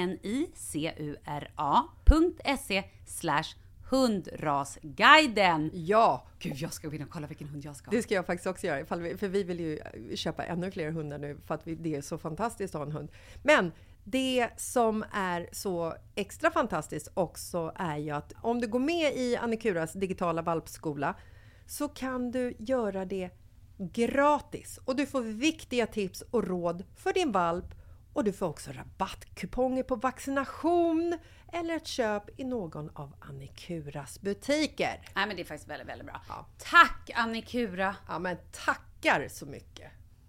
A-N-I-C-U-R-A.se slash hundrasguiden. Ja. Gud, jag ska gå in och kolla vilken hund jag ska ha. Det ska jag faktiskt också göra. Ifall vi, för vi vill ju köpa ännu fler hundar nu. För att vi, det är så fantastiskt att ha en hund. Men det som är så extra fantastiskt också är ju att om du går med i Annikuras digitala valpskola så kan du göra det gratis. Och du får viktiga tips och råd för din valp. Och du får också rabattkuponger på vaccination eller ett köp i någon av Annikuras butiker. Nej men det är faktiskt väldigt, väldigt bra. Ja. Tack Annikura! Ja men tackar så mycket.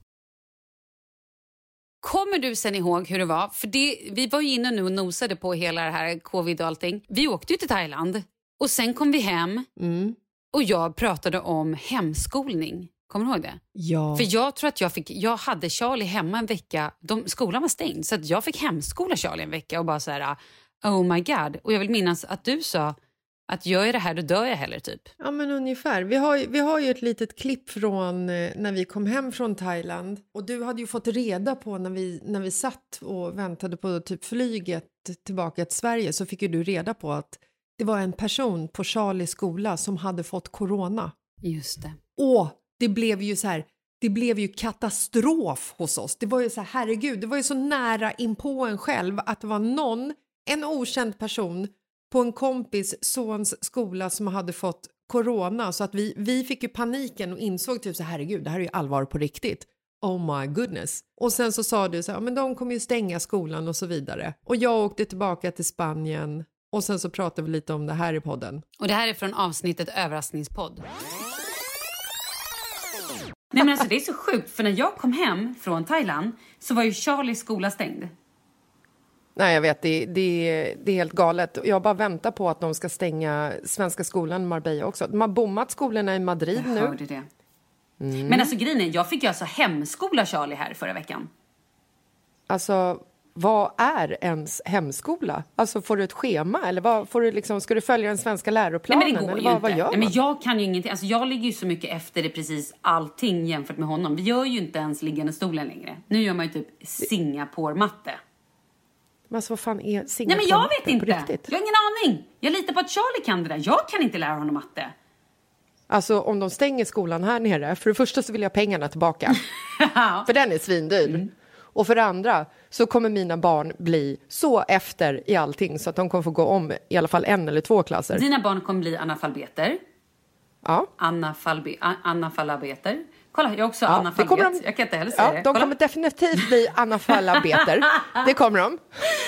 Kommer du sen ihåg hur det var? För det, vi var ju inne nu och nosade på hela det här covid och allting. Vi åkte ju till Thailand och sen kom vi hem Mm. och jag pratade om hemskolning. Kommer du ihåg det? Ja. För jag tror att jag fick, jag hade Charlie hemma en vecka, de, skolan var stängd så att jag fick hemskola Charlie en vecka och bara så här, oh my god. Och jag vill minnas att du sa att gör jag det här då dör jag heller typ. Ja men ungefär. Vi har, vi har ju ett litet klipp från eh, när vi kom hem från Thailand. Och du hade ju fått reda på när vi, när vi satt och väntade på typ flyget tillbaka till Sverige så fick ju du reda på att det var en person på Charlies skola som hade fått corona. Just det. Och det blev ju så här, det blev ju katastrof hos oss. Det var ju så här, herregud, det var ju så nära in på en själv att det var någon, en okänd person på en kompis sons skola som hade fått corona. Så att vi, vi fick ju paniken och insåg typ så här, herregud, det här är ju allvar på riktigt. Oh my goodness. Och sen så sa du så här, men de kommer ju stänga skolan och så vidare. Och jag åkte tillbaka till Spanien och sen så pratade vi lite om det här i podden. Och det här är från avsnittet överraskningspodd. Nej men alltså det är så sjukt för när jag kom hem från Thailand så var ju Charlies skola stängd. Nej jag vet, det, det, det är helt galet. Jag bara väntar på att de ska stänga svenska skolan i Marbella också. De har bommat skolorna i Madrid jag nu. Jag hörde det. Mm. Men alltså grejen är, jag fick ju alltså hemskola Charlie här förra veckan. Alltså, vad är ens hemskola? Alltså får du ett schema eller vad, får du liksom, ska du följa den svenska läroplanen? Nej, men det går eller ju vad, inte. vad gör Nej, men jag kan ju ingenting. Alltså jag ligger ju så mycket efter i precis allting jämfört med honom. Vi gör ju inte ens liggande stolen längre. Nu gör man ju typ Singapore-matte. Men alltså vad fan är Singapore? Nej men jag vet inte. Riktigt? Jag har ingen aning. Jag litar på att Charlie kan det där. Jag kan inte lära honom matte. Alltså om de stänger skolan här nere, för det första så vill jag pengarna tillbaka. För den är svindyr. Mm. Och för det andra så kommer mina barn bli så efter i allting så att de kommer få gå om i alla fall en eller två klasser. Dina barn kommer bli analfabeter. Ja. Analfalbe- analfabeter. Kolla, jag är också ja, analfabet. De, jag kan inte heller säga ja, det. De Kolla. kommer definitivt bli analfabeter. Det kommer de.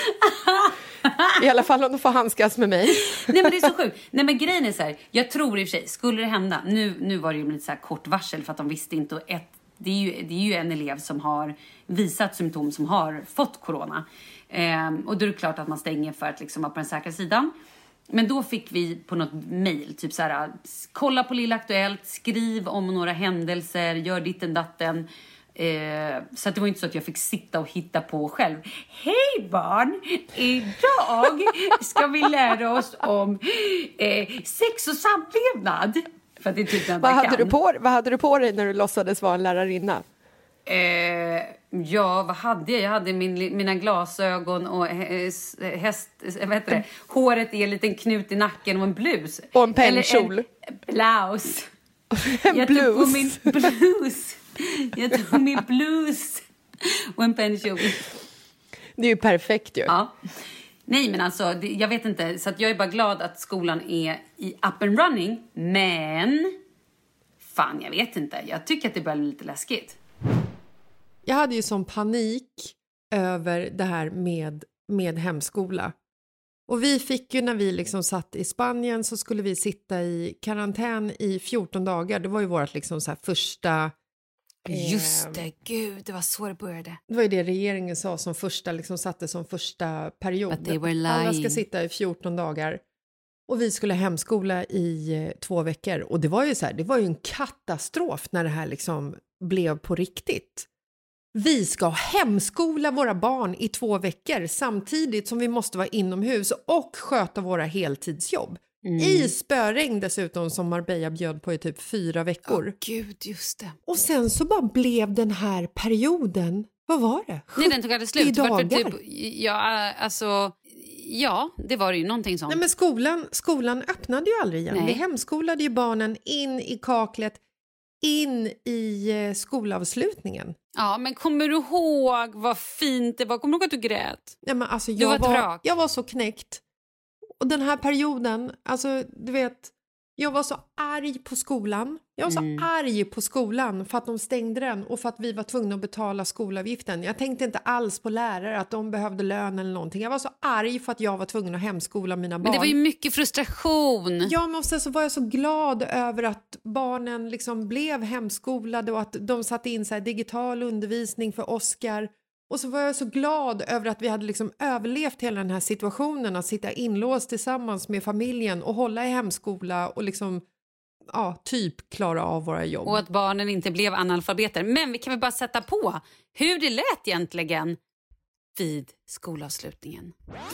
I alla fall om de får handskas med mig. Nej men det är så sjukt. Nej men grejen är så här. Jag tror i och för sig, skulle det hända. Nu, nu var det ju lite så här kort varsel för att de visste inte. Och ett, det, är ju, det är ju en elev som har visat symptom som har fått corona. Eh, och då är det klart att man stänger för att liksom vara på den säkra sidan. Men då fick vi på något mejl, typ så här, kolla på Lilla Aktuellt, skriv om några händelser, gör ditten datten. Eh, så att det var inte så att jag fick sitta och hitta på själv. Hej barn, idag ska vi lära oss om eh, sex och samlevnad. För att det är typ vad, hade du på, vad hade du på dig när du låtsades vara en lärarinna? Eh, ja, vad hade jag? Jag hade min, mina glasögon och häst, vad heter det? Håret i en liten knut i nacken och en blus. Och en pennkjol. Blouse. En jag blus. tog på min blus. Jag tog min blus och en pennkjol. Det är ju perfekt ju. Ja. Nej, men alltså, det, jag vet inte. Så att jag är bara glad att skolan är i up and running. Men, fan, jag vet inte. Jag tycker att det börjar bli lite läskigt. Jag hade ju sån panik över det här med, med hemskola. Och vi fick ju när vi liksom satt i Spanien så skulle vi sitta i karantän i fjorton dagar. Det var ju vårt liksom så här första... Just det, gud, det var så det började. Det var ju det regeringen sa som första, liksom satte som första period. But they were lying. Alla ska sitta i fjorton dagar. Och vi skulle hemskola i eh, två veckor. Och det var ju så här, det var ju en katastrof när det här liksom blev på riktigt. Vi ska hemskola våra barn i två veckor samtidigt som vi måste vara inomhus och sköta våra heltidsjobb. Mm. I spöregn dessutom som Marbella bjöd på i typ fyra veckor. Åh, gud, just det. Och sen så bara blev den här perioden, vad var det? Nej, den tog aldrig slut. Dagar. Typ, ja, alltså, ja, det var ju någonting sånt. Nej, men skolan, skolan öppnade ju aldrig igen. Nej. Vi hemskolade ju barnen in i kaklet, in i eh, skolavslutningen. Ja, men kommer du ihåg vad fint det var? Kommer du ihåg att du grät? Nej, men alltså, Du jag, var var, trak. jag var så knäckt. Och den här perioden, alltså du vet, jag var så arg på skolan. Jag var så Mm. arg på skolan för att de stängde den och för att vi var tvungna att betala skolavgiften. Jag tänkte inte alls på lärare att de behövde lön eller någonting. Jag var så arg för att jag var tvungen att hemskola mina barn. Men det var ju mycket frustration. Ja, men sen så var jag så glad över att barnen liksom blev hemskolade och att de satte in så här digital undervisning för Oscar. Och så var jag så glad över att vi hade liksom överlevt hela den här situationen, att sitta inlåst tillsammans med familjen och hålla i hemskola och liksom, ja, typ klara av våra jobb. Och att barnen inte blev analfabeter. Men vi kan väl bara sätta på hur det lät egentligen vid skolavslutningen.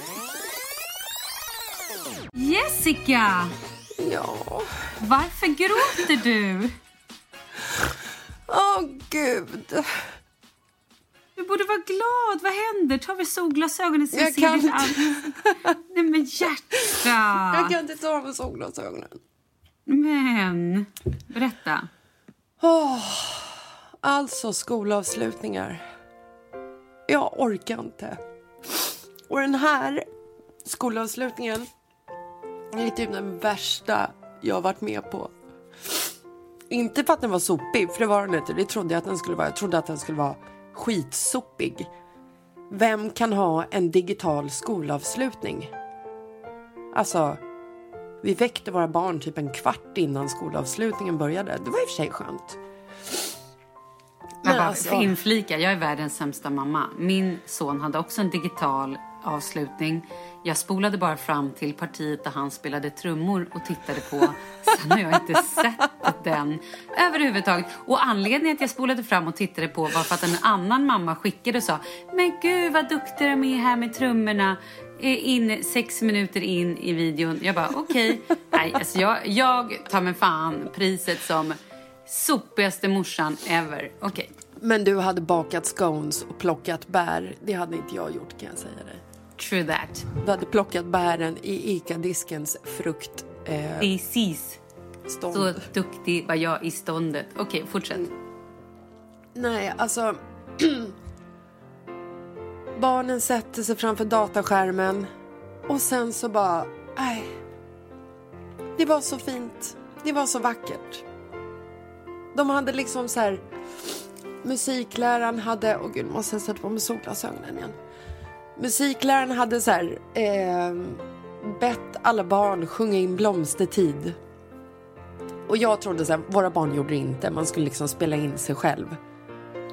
Jessica! Ja. Varför gråter du? Åh, gud. Du borde vara glad. Vad händer? Ta väl solglasögonen så Jag ser kan ditt inte. an- Nej, men hjärta. Jag kan inte ta med solglasögonen. Men, berätta. Oh, alltså skolavslutningar. Jag orkar inte. Och den här skolavslutningen är typ den värsta jag har varit med på. Inte för att den var sopig, för det var den inte. Det trodde jag att den skulle vara. Jag trodde att den skulle vara skitsopig. Vem kan ha en digital skolavslutning? Alltså, vi väckte våra barn typ en kvart innan skolavslutningen började. Det var i och för sig skönt. Jag bara för inflika, jag är världens sämsta mamma. Min son hade också en digital avslutning. Jag spolade bara fram till partiet där han spelade trummor och tittade på. Sen har jag inte sett den överhuvudtaget. Och anledningen att jag spolade fram och tittade på var för att en annan mamma skickade och sa: men gud vad duktiga de är här med trummorna. In, sex minuter in i videon. Jag bara okej. Okay. Nej, alltså jag, jag tar med fan priset som sopigaste morsan ever. Okej. Okay. Men du hade bakat scones och plockat bär. Det hade inte jag gjort, kan jag säga dig. True that. Du hade plockat bären i Ica-diskens frukt. Eh, Precis. stånd. Så duktig var jag i ståndet. Okej, okay, fortsätt. Mm. Nej, alltså... Barnen sätter sig framför dataskärmen. Och sen så bara... Nej. Det var så fint. Det var så vackert. De hade liksom så här... Musikläraren hade... Åh gud, måste jag sätta på mig solglasögonen igen. Musikläraren hade så här... Eh, bett alla barn sjunga in Blomstertid. Och jag trodde så här, våra barn gjorde det inte. Man skulle liksom spela in sig själv.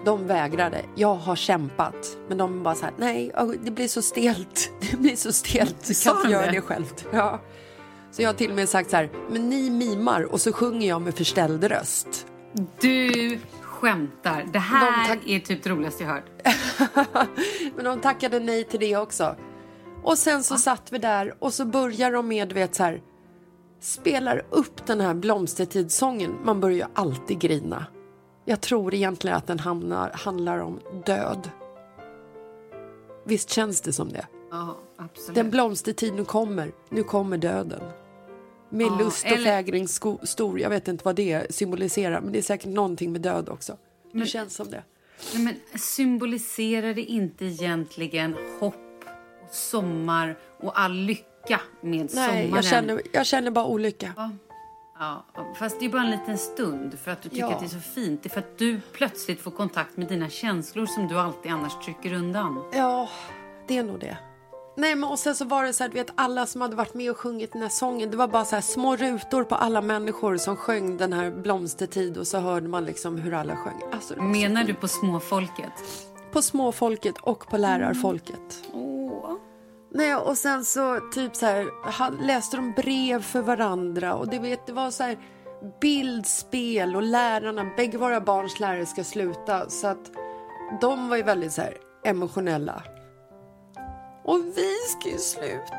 De vägrade. Jag har kämpat. Men de bara så här, nej, det blir så stelt. Det blir så stelt. Du kan inte göra det själv. Ja. Så jag har till och med sagt så här, men ni mimar och så sjunger jag med förställd röst. Du skämtar. Det här tack- är typ det roligaste jag hört. Men de tackade nej till det också. Och sen så ah. satt vi där och så börjar de med, du vet så här, spelar upp den här Blomstertidssången. Man börjar ju alltid grina. Jag tror egentligen att den hamnar, handlar om död. Visst känns det som det? Ja, absolut. Den blomstertid nu kommer. Nu kommer döden. Med ja, lust och eller... fägring sko- stor. Jag vet inte vad det symboliserar. Men det är säkert någonting med död också. Det men, känns som det. Nej, men symboliserar det inte egentligen hopp och sommar och all lycka med nej, sommaren? Nej, jag känner, jag känner bara olycka. Ja. Ja, fast det är bara en liten stund för att du tycker ja. att det är så fint. Det är för att du plötsligt får kontakt med dina känslor som du alltid annars trycker undan. Ja, det är nog det. Nej, men och sen så var det så här, du vet, alla som hade varit med och sjungit den här sången. Det var bara så här små rutor på alla människor som sjöng den här Blomstertid. Och så hörde man liksom hur alla sjöng. Alltså, menar du på småfolket? På småfolket och på lärarfolket. Åh. Mm. Oh. Nej, och sen så typ så här läste de brev för varandra och det, vet, det var så här bildspel och lärarna, bägge våra barns lärare ska sluta så att de var ju väldigt så här emotionella. Och vi ska ju sluta.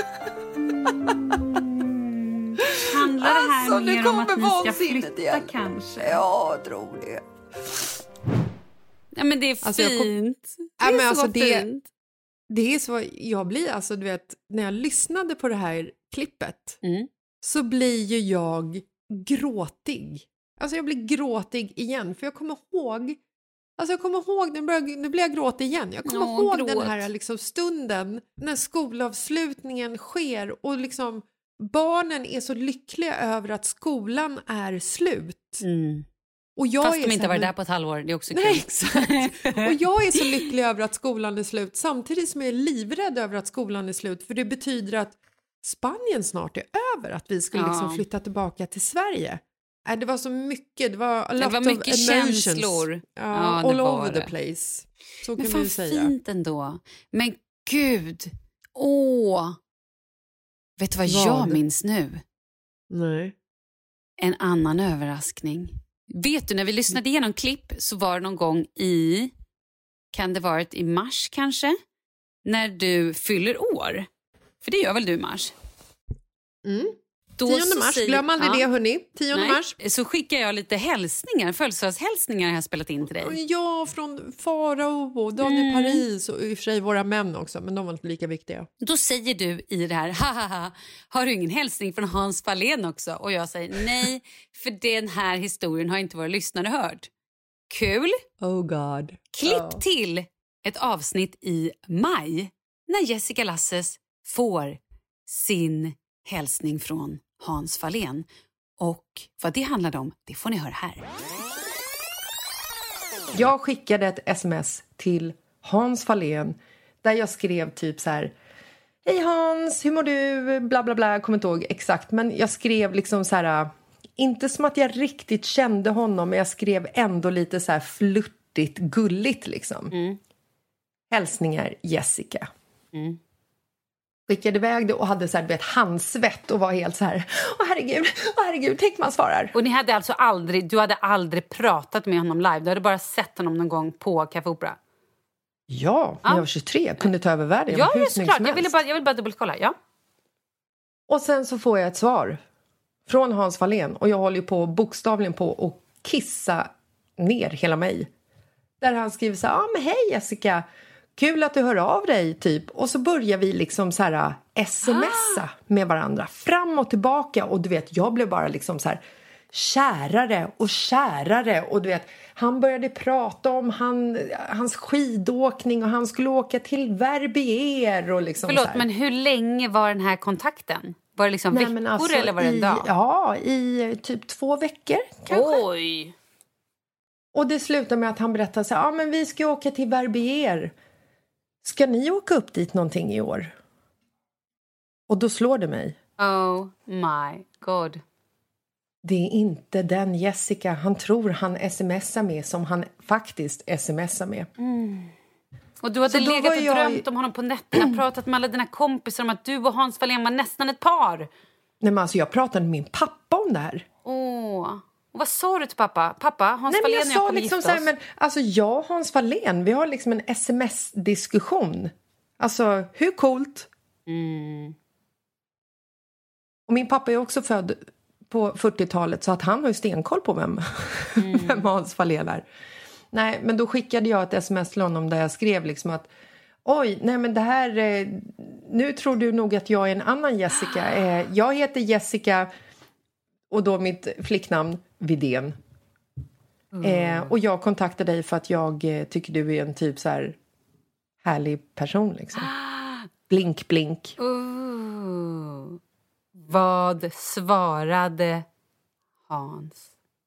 Mm. Handlar det här alltså, mer om att ni ska flytta igen. Kanske? Ja, jag tror det. Ja, men det är alltså, fint. Kom... Det är ja, men så alltså, det... fint. Det är så, jag blir alltså, du vet, när jag lyssnade på det här klippet mm. så blir ju jag gråtig. Alltså jag blir gråtig igen, för jag kommer ihåg, alltså jag kommer ihåg, nu, börjar, nu blir jag gråtig igen. Jag kommer Åh, ihåg gråt. den här liksom stunden när skolavslutningen sker och liksom barnen är så lyckliga över att skolan är slut. Mm. Och jag fast är de inte här, varit där på ett halvår, det är också kul. Nej, exakt. Och jag är så lycklig över att skolan är slut samtidigt som jag är livrädd över att skolan är slut, för det betyder att Spanien snart är över, att vi ska ja. liksom flytta tillbaka till Sverige. Äh, det var så mycket, det var a lot det var mycket of känslor. Ja, ja, all over det. the place. Så men kan fan vi säga. Fint ändå. Men gud, åh. Vet du vad, vad jag minns nu? Nej. En annan överraskning. Vet du, när vi lyssnade igenom klipp så var det någon gång i, kan det varit i mars kanske? När du fyller år. För det gör väl du i mars? Mm. tionde mars, säger, glöm aldrig ja, det hörni. tionde mars. Så skickar jag lite hälsningar, födelsedagshälsningar har jag spelat in till dig. Ja, från Farao och Daniel mm. Paris och i och för sig våra män också, men de var inte lika viktiga. Då säger du i det här, haha, har du ingen hälsning från Hans Fahlén också? Och jag säger nej, för den här historien har inte våra lyssnare hört. Kul. Oh god. Klipp oh. till ett avsnitt i maj när Jessica Lasses får sin hälsning från Hans Fahlén. Och vad det handlade om, det får ni höra här. Jag skickade ett sms till Hans Fahlén där jag skrev typ så här: hej Hans, hur mår du? Bla bla bla, jag kommer inte ihåg exakt, men jag skrev liksom så här, inte som att jag riktigt kände honom, men jag skrev ändå lite så här flirtigt, gulligt liksom. Mm. Hälsningar Jessica. Mm. Skickade iväg det och hade så här, vet, handsvett och var helt så här, åh herregud, åh herregud, tänk man svarar. Och ni hade alltså aldrig, du hade aldrig pratat med honom live, du hade bara sett honom någon gång på Café Opera? Ja, när jag var tjugotre, jag kunde ta över världen. Ja, ja såklart, jag ville bara, jag ville bara dubbelkolla, ja. Och sen så får jag ett svar från Hans Fahlén och jag håller ju på bokstavligen på att kissa ner hela mig. Där han skriver så här, ja men hej Jessica, kul att du hör av dig typ. Och så börjar vi liksom så här smsa ah. med varandra fram och tillbaka. Och du vet, jag blev bara liksom så här kärare och kärare. Och du vet, han började prata om han, hans skidåkning och han skulle åka till Verbier och liksom. Förlåt, så här. Men hur länge var den här kontakten? Var det liksom Nej, veckor alltså eller var det en i, dag? Ja, i typ två veckor kanske. Oj! Och det slutar med att han berättar så här, ja men vi ska åka till Verbier. Ska ni åka upp dit någonting i år? Och då slår det mig. Oh my god. Det är inte den Jessica han tror han smsar med som han faktiskt smsar med. Mm. Och du hade legat och jag... drömt om honom på nätterna, pratat med alla dina kompisar om att du och Hans Fahlén var nästan ett par. Nej, men alltså jag pratade med min pappa om det här. Åh, och vad sa du till pappa? Pappa, Hans Nej, Fahlén jag och jag sa kommer liksom gifta så här, oss. men alltså jag och Hans Fahlén, vi har liksom en sms-diskussion. Alltså, hur coolt? Mm. Och min pappa är också född på fyrtiotalet så att han har ju stenkoll på vem, mm. vem Hans Fahlén är. Nej, men då skickade jag ett sms till honom där jag skrev liksom att oj, nej men det här, eh, nu tror du nog att jag är en annan Jessica. Eh, jag heter Jessica och då mitt flicknamn Vidén. Mm. Eh, och jag kontaktade dig för att jag eh, tycker du är en typ så här härlig person liksom. Blink, blink. Uh. Vad svarade Hans?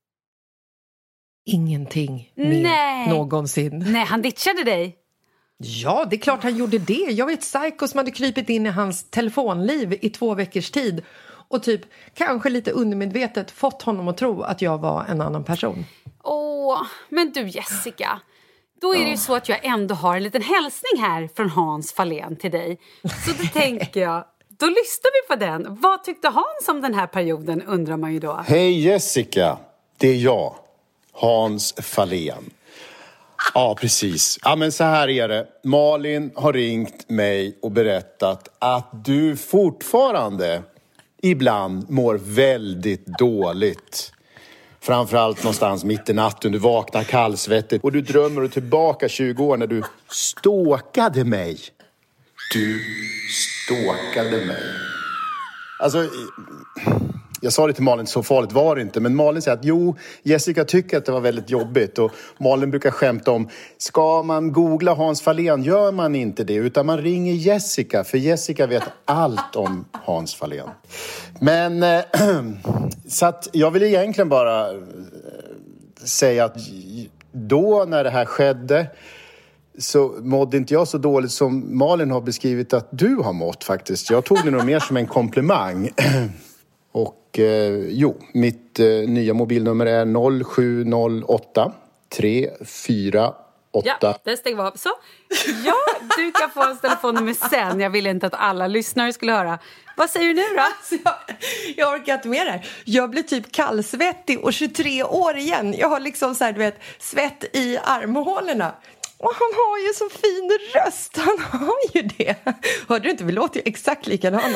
Ingenting mer Nej. någonsin. Nej, han ditchade dig. Ja, det är klart han gjorde det. Jag var ett psycho som hade krypit in i hans telefonliv i två veckors tid. Och typ, kanske lite undermedvetet fått honom att tro att jag var en annan person. Åh, men du Jessica. Då är det ju så att jag ändå har en liten hälsning här från Hans Fahlén till dig. Så då tänker jag, då lyssnar vi på den. Vad tyckte Hans om den här perioden, undrar man ju då. Hej Jessica, det är jag, Hans Fahlén. Ja, precis. Ja, men så här är det. Malin har ringt mig och berättat att du fortfarande ibland mår väldigt dåligt. Framförallt någonstans mitt i natten. Du vaknar kallsvettigt och du drömmer dig tillbaka tjugo år när du stalkade mig. Du stalkade mig. Alltså, jag sa det till Malin, så farligt var det inte. Men Malin säger att jo, Jessica tycker att det var väldigt jobbigt. Och Malin brukar skämta om, ska man googla Hans Fahlén gör man inte det. Utan man ringer Jessica, för Jessica vet allt om Hans Fahlén. Men, äh, så att jag vill egentligen bara äh, säga att då när det här skedde så mådde inte jag så dåligt som Malin har beskrivit att du har mått faktiskt. Jag tog det nog mer som en komplimang. Och eh, jo, mitt eh, nya mobilnummer är noll sju noll åtta tre fyra åtta. Ja, det steg vi av. Så, ja, du kan få hans telefonnummer sen. Jag ville inte att alla lyssnare skulle höra. Vad säger du nu då? Alltså, jag, jag orkar inte med det här. Jag blir typ kallsvettig och tjugotre år igen. Jag har liksom så här, du vet, svett i armhålorna. Och han har ju så fin röst. Han har ju det. Hörde du inte? Vi låter ju exakt likadana.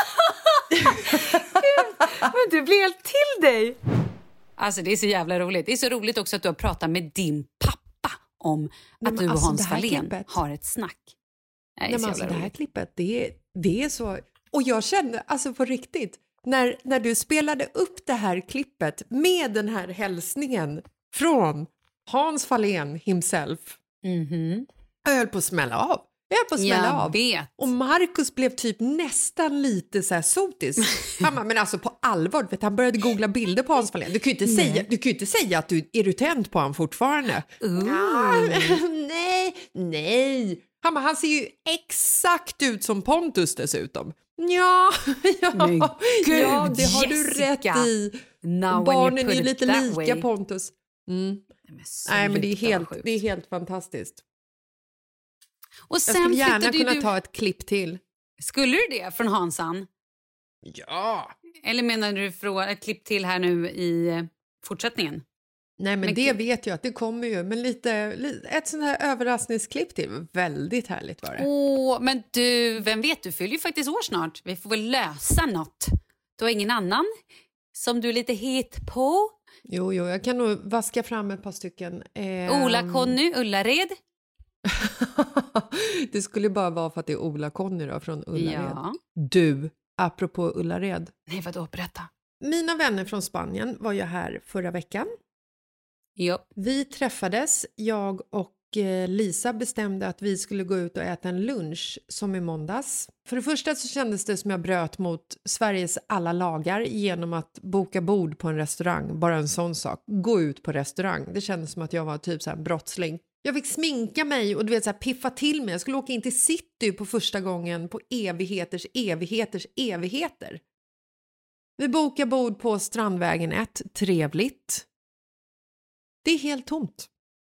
Men du blir helt till dig. Alltså det är så jävla roligt. Det är så roligt också att du har pratat med din pappa om att Nej, du och alltså, Hans Fahlén klippet. har ett snack. Nej, Nej, men alltså, det här klippet, det är, det är så... Och jag kände, alltså på riktigt, när, när du spelade upp det här klippet med den här hälsningen från Hans Fahlén himself. Mm-hmm. Jag höll på att smälla av. Jag höll på att smälla jag av. Vet. Och Marcus blev typ nästan lite så här sotis. Han bara, men alltså på allvar, vet, han började googla bilder på Hans Fahlén. Du kan ju inte, säga, du kan ju inte säga att du är du tänd på honom fortfarande. Ah, nej, nej. Han bara, han ser ju exakt ut som Pontus dessutom. Ja, ja, men gud, ja det har du Jessica. rätt i. Now Barnen är ju lite lika way. Pontus. Mm. Men Nej, men det är, helt, det är helt fantastiskt. Och sen jag skulle gärna kunna du... ta ett klipp till. Skulle du det från Hansan? Ja. Eller menar du från ett klipp till här nu i fortsättningen? Nej, men, men det k- vet jag att det kommer ju. Men lite, lite ett sånt här överraskningsklipp till. Väldigt härligt var det. Åh, men du, vem vet, du fyller ju faktiskt år snart. Vi får väl lösa något. Du har ingen annan som du är lite het på? Jo, jo, jag kan nog vaska fram ett par stycken. Eh, Ola-Conny, Ullared? Det skulle bara vara för att det är Ola-Conny då, från Ullared. Ja. Du, apropå Ullared. Nej, vadå? Berätta. Mina vänner från Spanien var ju här förra veckan. Jo. Vi träffades, jag och Lisa bestämde att vi skulle gå ut och äta en lunch som i måndags. För det första så kändes det som jag bröt mot Sveriges alla lagar genom att boka bord på en restaurang. Bara en sån sak. Gå ut på restaurang. Det kändes som att jag var typ så här brottsling. Jag fick sminka mig och du vet så här piffa till mig. Jag skulle åka in till city på första gången på evigheters, evigheters, evigheter. Vi bokar bord på Strandvägen ett. Trevligt. Det är helt tomt.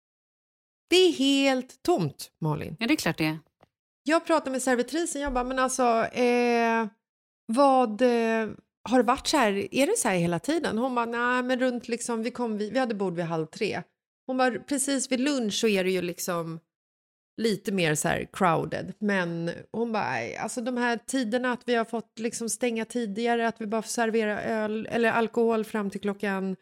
Det är helt tomt, Malin. Ja, det är klart det är. Jag pratade med servitrisen. Jag bara, men alltså, eh, vad... Eh, har det varit så här? Är det så här hela tiden? Hon bara, nej, men runt liksom... Vi, kom, vi, vi hade bord vid halv tre. Hon bara, precis vid lunch så är det ju liksom... lite mer så här crowded, men hon bara, alltså de här tiderna att vi har fått liksom stänga tidigare, att vi bara får servera öl eller alkohol fram till klockan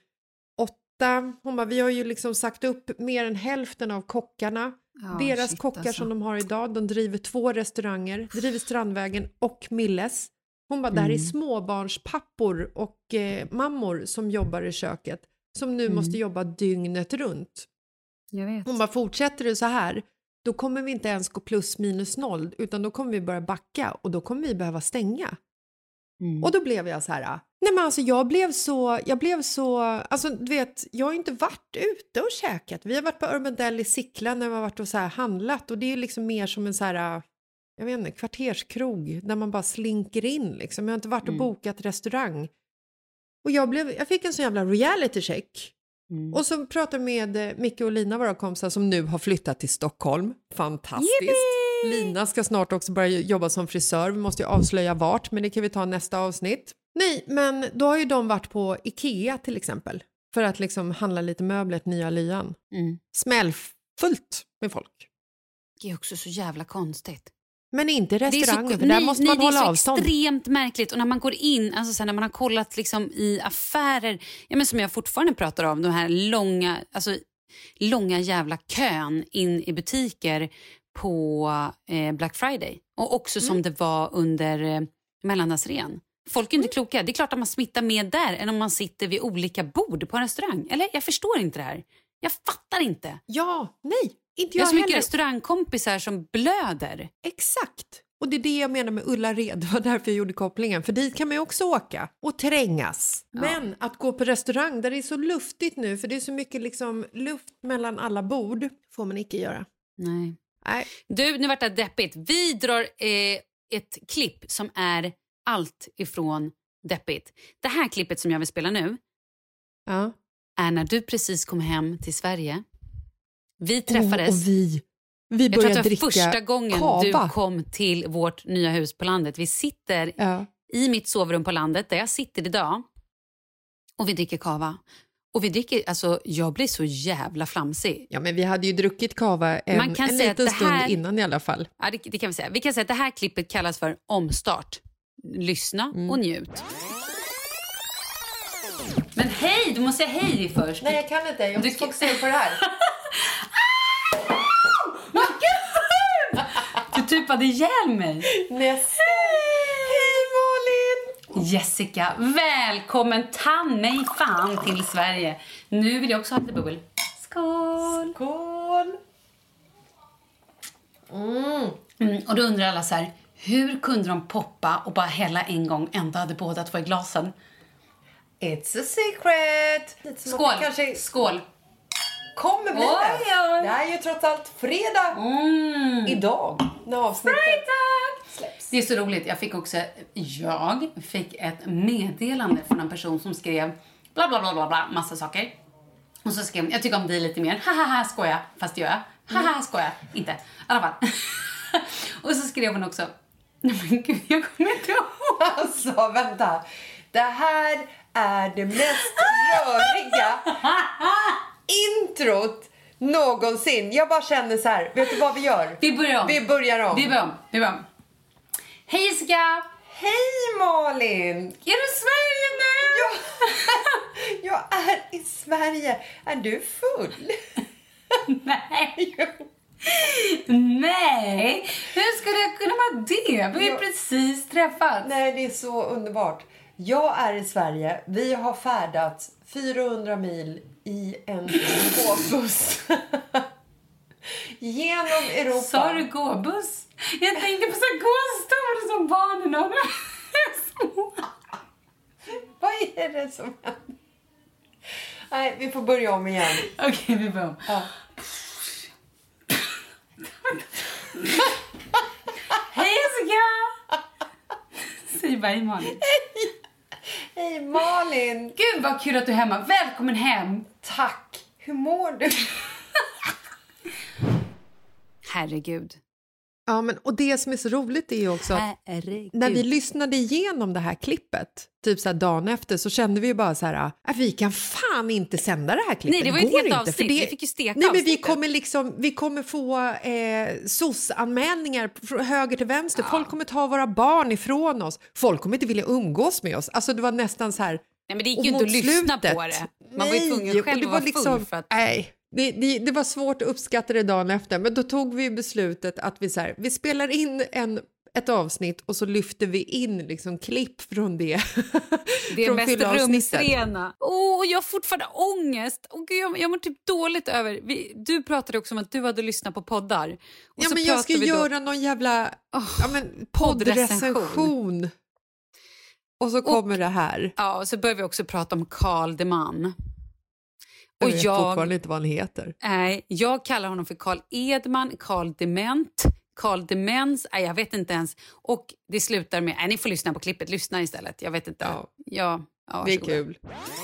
åtta. Hon bara, vi har ju liksom sagt upp mer än hälften av kockarna. Oh, Deras shit, kockar alltså. som de har idag, de driver två restauranger, driver Strandvägen och Milles. Hon bara, det här är småbarnspappor och eh, mammor som jobbar i köket, som nu Mm. måste jobba dygnet runt. Jag vet. Hon bara, fortsätter det så här, då kommer vi inte ens gå plus minus noll, utan då kommer vi börja backa och då kommer vi behöva stänga. Mm. Och då blev jag så här, nej men alltså jag blev så, jag blev så, alltså du vet, jag har ju inte varit ute och käkat. Vi har varit på Urban Deli i Sickla när vi har varit och så här handlat, och det är liksom mer som en så här, jag vet inte, kvarterskrog där man bara slinker in liksom. Jag har inte varit och Mm. bokat restaurang. Och jag blev, jag fick en sån jävla reality check. Mm. Och så pratade jag med eh, Micke och Lina, våra kompisar, som nu har flyttat till Stockholm. Fantastiskt. Yippee! Lina ska snart också börja jobba som frisör. Vi måste ju avslöja vart, men det kan vi ta nästa avsnitt. Nej, men då har ju de varit på Ikea till exempel. För att liksom handla lite möbler till nya lyan. Mm. Smällfullt med folk. Det är också så jävla konstigt. Men inte Det är så- restauranger, för nej, där måste nej, man hålla Det är så avstånd. extremt märkligt. Och när man går in, alltså så här, när man har kollat liksom i affärer, ja, men som jag fortfarande pratar om, de här långa, alltså, långa jävla kön in i butiker på eh, Black Friday. Och också som det var under eh, mellandagsrean. Folk är inte kloka. Det är klart att man smittar mer där än om man sitter vid olika bord på en restaurang. Eller jag förstår inte det här. Jag fattar inte. Ja, nej, inte Jag jag, har så mycket heller. restaurangkompisar som blöder. Exakt. Och det är det jag menar med Ullared. Det var därför jag gjorde kopplingen. För dit kan man ju också åka och trängas. Ja. Men att gå på restaurang där det är så luftigt nu, för det är så mycket liksom luft mellan alla bord, får man inte göra. Nej. Nej. Du, nu vart det deppigt. Vi drar eh, ett klipp som är allt ifrån deppigt. Det här klippet som jag vill spela nu Ja. är när du precis kom hem till Sverige. Vi träffades. Oh, och vi, vi jag tror började att det var dricka första gången kava. du kom till vårt nya hus på landet. Vi sitter Ja. i mitt sovrum på landet där jag sitter idag. Och vi dricker kava. Och vi dricker, alltså jag blir så jävla flamsig. Ja, men vi hade ju druckit kava en, Man kan en säga att liten det stund här- innan i alla fall. Ja, det, det kan vi säga. Vi kan säga att det här klippet kallas för omstart. Lyssna Mm. och njut. Men hej, du måste säga hej först. Nej, jag kan inte. Jag måste fokusera på det här. Vad gud! Du typade ihjäl mig. Nästa. Hej Malin! Jessica, välkommen ta mig fan till Sverige. Nu vill jag också ha lite bubbel. Skål! Skål! Mm, och då undrar alla så här, hur kunde de poppa och bara hälla en gång, ändå hade båda två i glasen? It's a secret! Lite som att Skål! det kanske Skål! kommer bli Oj, det. oj. Det här är ju trots allt fredag Mm. idag när avsnittet släpps. Det är så roligt. Jag fick också, jag fick ett meddelande från en person som skrev bla bla bla bla bla, massa saker. Och så skrev hon, jag tycker om dig lite mer. Haha, skoja. Fast det gör jag. Haha, skoja. Inte. I alla fall. Och så skrev hon också, nej men gud, jag kommer inte ihåg. Alltså, vänta. Det här är det mest röriga introt någonsin. Jag bara känner så här, vet du vad vi gör? Vi börjar om. Vi börjar om. Vi börjar om. Vi börjar om. Hej Jessica! Hej Malin! Är du i Sverige nu? Ja, jag är i Sverige. Är du full? Nej. Nej, hur skulle jag kunna vara det? Vi har ju Ja. precis träffats. Nej, det är så underbart. Jag är i Sverige. Vi har färdats fyrahundra mil i en gåbuss. Genom Europa. Sa du gåbuss? Jag tänkte på så gåstol som barnen har. Vad är det som händer? Nej, vi får börja om igen. Okej, vi börjar om. Ja. Hej Jessica! Säg bara hej Malin. Hej Malin! Gud vad kul att du är hemma. Välkommen hem. Tack! Hur mår du? Herregud. Ja, men och det som är så roligt är ju också att Herregud. när vi lyssnade igenom det här klippet, typ så här dagen efter, så kände vi ju bara så här att vi kan fan inte sända det här klippet. Nej, det var ju ett går helt inte, avsnitt. för det, Vi fick ju steka nej, men vi avsnittet. kommer liksom, vi kommer få eh, S O S-anmälningar från höger till vänster. Ja. Folk kommer ta våra barn ifrån oss. Folk kommer inte vilja umgås med oss. Alltså det var nästan så här. Nej, men det gick ju inte att lyssna på det. Man nej, var ju tvungen själv att vara liksom, full för att... Nej. Det, det, det var svårt att uppskatta det dagen efter, men då tog vi beslutet att vi, så här, vi spelar in en, ett avsnitt och så lyfter vi in liksom klipp från det. Det är mest rumsrena. Åh, oh, jag har fortfarande ångest. Oh, Gud, jag, jag mår typ dåligt över... Vi, du pratade också om att du hade lyssnat på poddar. Och ja, så men jag ska göra då... någon jävla oh, ja, men poddrecension. Och så kommer och, det här. Ja, och så börjar vi också prata om Carl de Man. Jag vet jag, fortfarande inte vad han heter. Nej, jag kallar honom för Carl Edman, Carl Dement, Carl Demens. Nej, jag vet inte ens. Och det slutar med, nej, ni får lyssna på klippet. Lyssna istället. Jag vet inte. Ja, ja, ja det är kul.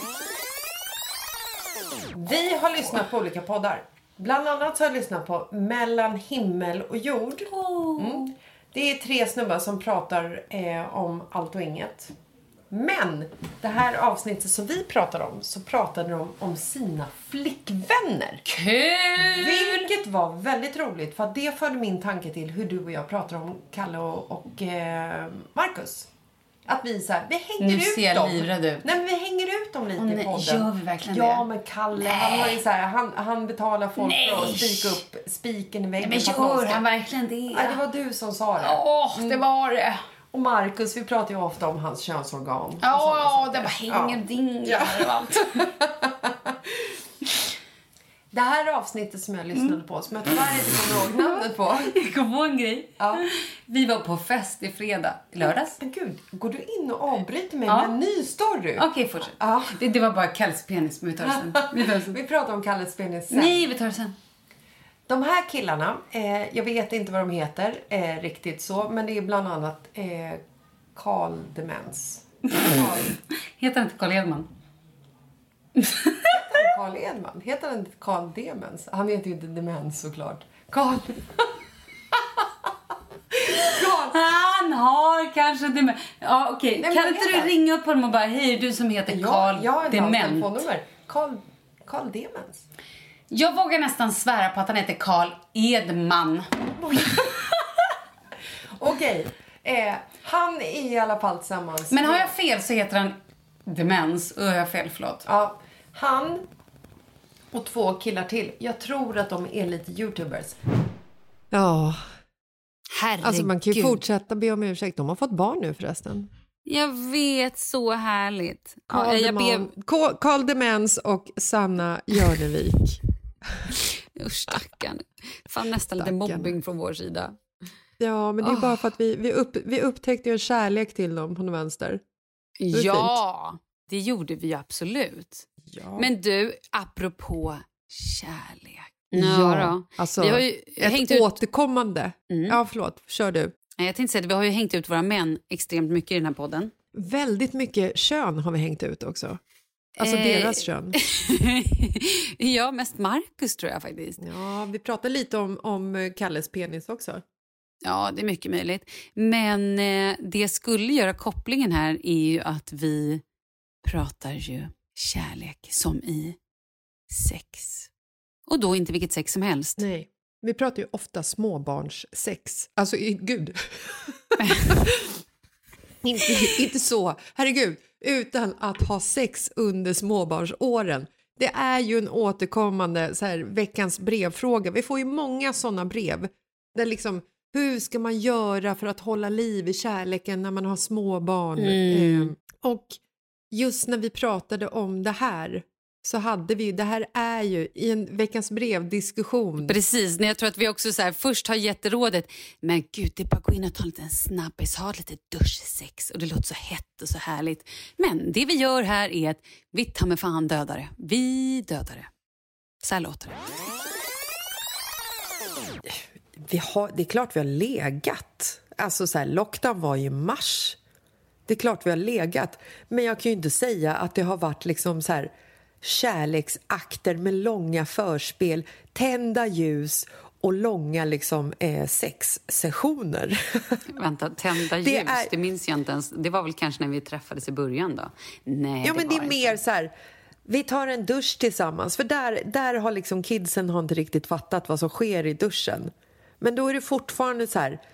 Vi har lyssnat på olika poddar. Bland annat har jag lyssnat på Mellan himmel och jord. Mm. Det är tre snubbar som pratar eh, om allt och inget. Men det här avsnittet som vi pratar om, så pratade de om sina flickvänner. Kul! Vilket var väldigt roligt, för att det förde min tanke till hur du och jag pratar om Kalle och, och eh, Marcus. Att vi så här, vi hänger nu ut ser dem. livrädd ut. Nej, men vi hänger ut dem lite oh, i podden. Gör vi verkligen ja, det? Ja, men Kalle, han har ju så här, han, han betalar folk nej. för att spika upp spiken i väggen. Nej, men gör han verkligen det? Nej, det var du som sa det. Åh, oh, det var det. Och Marcus, vi pratar ju ofta om hans könsorgan. Ja, oh, det var hänger ja. Dingar ja. Och allt. Det här avsnittet som jag lyssnade på, som jag tyvärr inte kommer ihåg namnet på. Jag kom på en grej. Ja. Vi var på fest i fredag, lördags. Men gud, går du in och avbryter mig ja. med en ny story? Okej, okay, fortsätt. Ja. Det, det var bara Kalles penis, men vi tar det sen. Vi, tar det sen. Vi pratar om Kalles penis sen. Nej, vi tar det sen. De här killarna, eh, jag vet inte vad de heter eh, riktigt så, men det är bland annat eh, Carl Demens. Carl. Heter han inte Carl Edman? Heter han Carl Edman? Heter han inte Carl Demens? Han heter ju inte Demens såklart. Carl... Carl. Han har kanske demens. Ja, okej. Okay. Kan inte du ringa upp honom och bara, hej, du som heter Carl ja, Dement. Carl, Carl Demens. Jag vågar nästan svära på att han heter Carl Edman. Okej. Eh, han är i alla fall tillsammans. Men har jag fel så heter han Demens. Och har jag fel, förlåt. Ja, han och två killar till. Jag tror att de är lite YouTubers. Ja. Herregud. Alltså man kan ju fortsätta be om ursäkt. De har fått barn nu förresten. Jag vet, så härligt. Carl, ja, jag ber... Carl Demens och Sanna Jörnevik. Usch, stackarn. Fan, nästan lite mobbing från vår sida. Ja, men det är oh. bara för att vi, vi, upp, vi upptäckte en kärlek till dem på den vänster. Det ja, fint. Det gjorde vi absolut. Ja. Men du, apropå kärlek. Ja, ja då. Alltså vi har ju ett hängt återkommande. Mm. Ja, förlåt. Kör du. Jag tänkte säga att vi har ju hängt ut våra män extremt mycket i den här podden. Väldigt mycket kön har vi hängt ut också. Alltså eh, deras kön. Ja, mest Marcus tror jag faktiskt. Ja, vi pratar lite om, om Kalles penis också. Ja, det är mycket möjligt. Men eh, det jag skulle göra kopplingen här är ju att vi pratar ju kärlek som i sex. Och då inte vilket sex som helst. Nej, vi pratar ju ofta småbarnssex. Alltså, gud. inte, inte så, herregud. Utan att ha sex under småbarnsåren. Det är ju en återkommande så här, veckans brevfråga. Vi får ju många sådana brev. Där liksom, hur ska man göra för att hålla liv i kärleken när man har småbarn? Mm. Eh, och just när vi pratade om det här så hade vi, det här är ju i en veckans brevdiskussion. Precis, när jag tror att vi också så här, först har gett rådet, men gud, det är bara att gå in och ta en liten snabbis, ha lite duschsex och det låter så hett och så härligt. Men det vi gör här är att vi tar med fan dödare. Vi dödare. Så här låter det. Vi har, det är klart vi har legat. Alltså så här, lockdown var ju mars. Det är klart vi har legat. Men jag kan ju inte säga att det har varit liksom så här kärleksakter med långa förspel, tända ljus och långa liksom eh, sexsessioner. Vänta, tända ljus, det, det, är... det minns jag inte ens. Det var väl kanske när vi träffades i början då? Nej, ja, det men det är inte. mer så här, vi tar en dusch tillsammans. För där, där har liksom kidsen har inte riktigt fattat vad som sker i duschen. Men då är det fortfarande så här,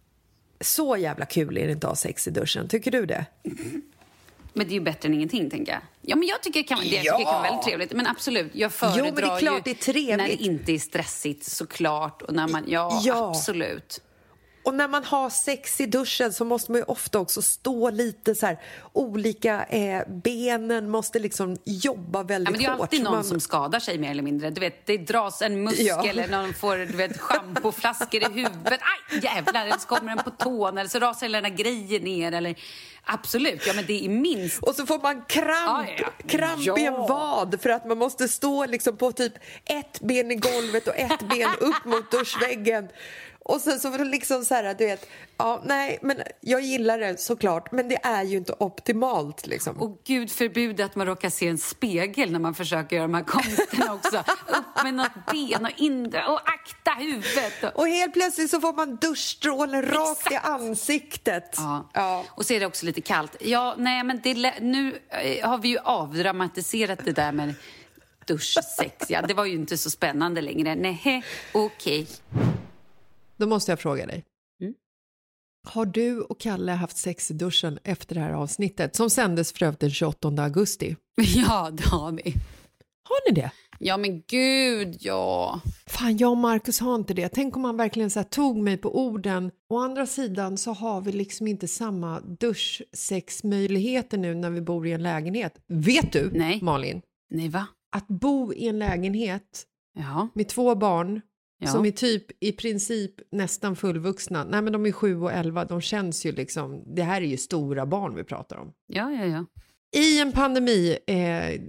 så jävla kul är det inte att ha sex i duschen. Tycker du det? Mm. Men det är ju bättre än ingenting, tänker jag. Ja, men jag tycker det kan, det, jag ja. tycker det kan vara väldigt trevligt. Men absolut, jag föredrar jo, men det är klart, ju det är trevligt. när det inte är stressigt, såklart. Och när man, ja, ja. absolut. Och när man har sex i duschen så måste man ju ofta också stå lite så här, olika eh, benen måste liksom jobba väldigt hårt. Ja, men det är alltid hårt. någon man... som skadar sig mer eller mindre. Du vet, det dras en muskel ja. eller någon får, du vet, schampoflaskor i huvudet. Aj, jävlar, eller så kommer den på tån eller så rasar hela den här grejen ner. Eller... Absolut, ja, men det är minst... Och så får man kramp, ah, ja. kramp ja. i en vad för att man måste stå liksom på typ ett ben i golvet och ett ben upp mot duschväggen. Och sen så liksom så här, du vet, ja, nej, men jag gillar det såklart, men det är ju inte optimalt liksom. Och gud förbjude att man råkar se en spegel när man försöker göra de här konsterna också. Upp med något ben och indra och akta huvudet. Och helt plötsligt så får man duschstrålen rakt i ansiktet. Ja. ja. Och så är det också lite kallt. Ja, nej, men det, nu har vi ju avdramatiserat det där med duschsex. Ja, det var ju inte så spännande längre. Nej, okej. Okay. Då måste jag fråga dig. Mm. Har du och Kalle haft sex i duschen efter det här avsnittet som sändes för övrigt den tjugoåttonde augusti? Ja, det har vi. Har ni det? Ja, men gud, ja. Fan, jag och Marcus har inte det. Tänk om man verkligen så här tog mig på orden. Å andra sidan så har vi liksom inte samma duschsexmöjligheter nu när vi bor i en lägenhet. Vet du, Nej. Malin? Nej, va? Att bo i en lägenhet ja. med två barn... Ja. Som är typ i princip nästan fullvuxna. Nej, men de är sju och elva. De känns ju liksom... Det här är ju stora barn vi pratar om. Ja, ja, ja. I en pandemi eh,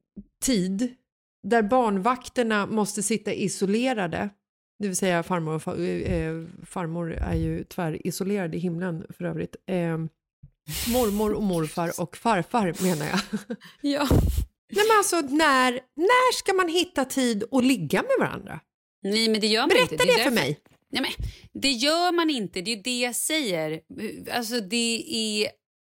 tid där barnvakterna måste sitta isolerade. Det vill säga farmor och far, eh, farmor är ju tvärisolerad i himlen för övrigt. Eh, mormor och morfar och farfar menar jag. Ja. Nej, men alltså när, när ska man hitta tid att ligga med varandra? Nej, men det gör man Berätta inte. det, det för därför... mig. Nej, men det gör man inte. Det är ju det jag säger. Alltså, det är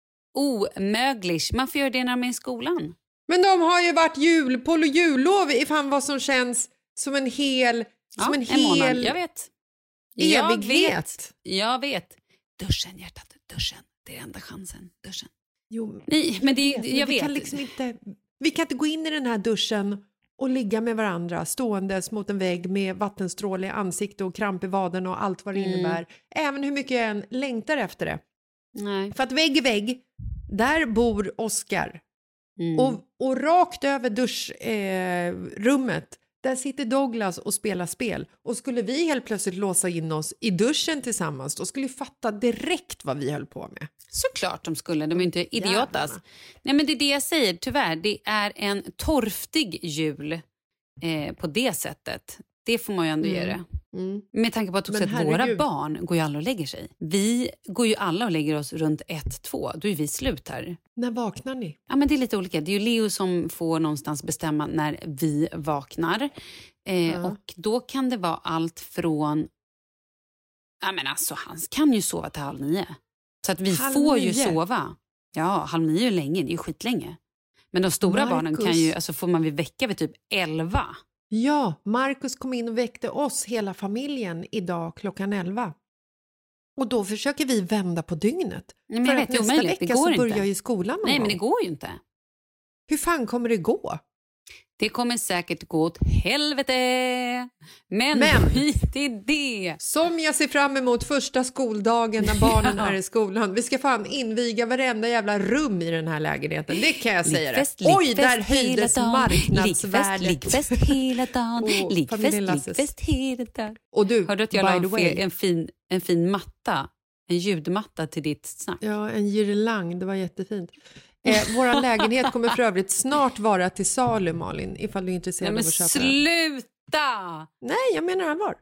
omögligt. Man får göra det när man är i skolan. Men de har ju varit julpol och jullov i fan vad som känns som en hel... Ja, som en, en hel månad. Jag vet. Jag evighet. vet. Jag vet. Duschen, hjärtat. Duschen. Det är enda chansen. Duschen. Jo, Nej, men det, jag, jag vi vet. Kan liksom inte, vi kan inte gå in i den här duschen och ligga med varandra ståendes mot en vägg med vattenstråle i ansikte och kramp i vaden och allt vad det Mm. innebär. Även hur mycket jag än längtar efter det. Nej. För att vägg i vägg, där bor Oscar. Mm. Och, och rakt över duschrummet, eh, där sitter Douglas och spelar spel. Och skulle vi helt plötsligt låsa in oss i duschen tillsammans, då skulle vi fatta direkt vad vi höll på med. Såklart de skulle, de är inte idiotas. Jävlarna. Nej, men det är det jag säger, tyvärr. Det är en torftig jul eh, på det sättet. Det får man ju ändå Mm. ge det. Mm. Med tanke på att, också Men att våra herregud. barn går ju alla och lägger sig. Vi går ju alla och lägger oss runt ett, två. Då är vi slut här. När vaknar ni? Ja, men det är lite olika. Det är ju Leo som får någonstans bestämma när vi vaknar. Eh, Ja. Och då kan det vara allt från... Ja, men alltså, han kan ju sova till halv nio. Så att vi Halv får ju nio? sova. Ja, halv nio är ju länge. Det är ju skitlänge. Men de stora Marcus. barnen kan ju... Alltså får man vid vecka vid typ elva. Ja, Marcus kom in och väckte oss, hela familjen, idag klockan elva. Och då försöker vi vända på dygnet. Nej, men För jag att vet, det är nästa omöjligt. Det vecka går så inte. börjar ju skolan någon Nej, men gång. det går ju inte. Hur fan kommer det gå? Det kommer säkert gå åt helvete. Men, Men- skit i det. Som jag ser fram emot första skoldagen när barnen Ja. är i skolan. Vi ska fan inviga varenda jävla rum i den här lägenheten. Det kan jag säga Liggfest, det. Oj, liggfest där höjdes hela dagen. marknadsvärdet. Liggfest, liggfest hela dagen. Och Liggfest, familjen Lasses. liggfest hela dagen. Och du, Hörde att jag la by en, the way. fe- en, fin, en fin matta, en ljudmatta till ditt snack. Ja, en girlang. Det var jättefint. Eh, vår lägenhet kommer för övrigt snart vara till salu, Malin, ifall du är intresserad Nej, men av att köpa den. sluta! Nej, jag menar allvar.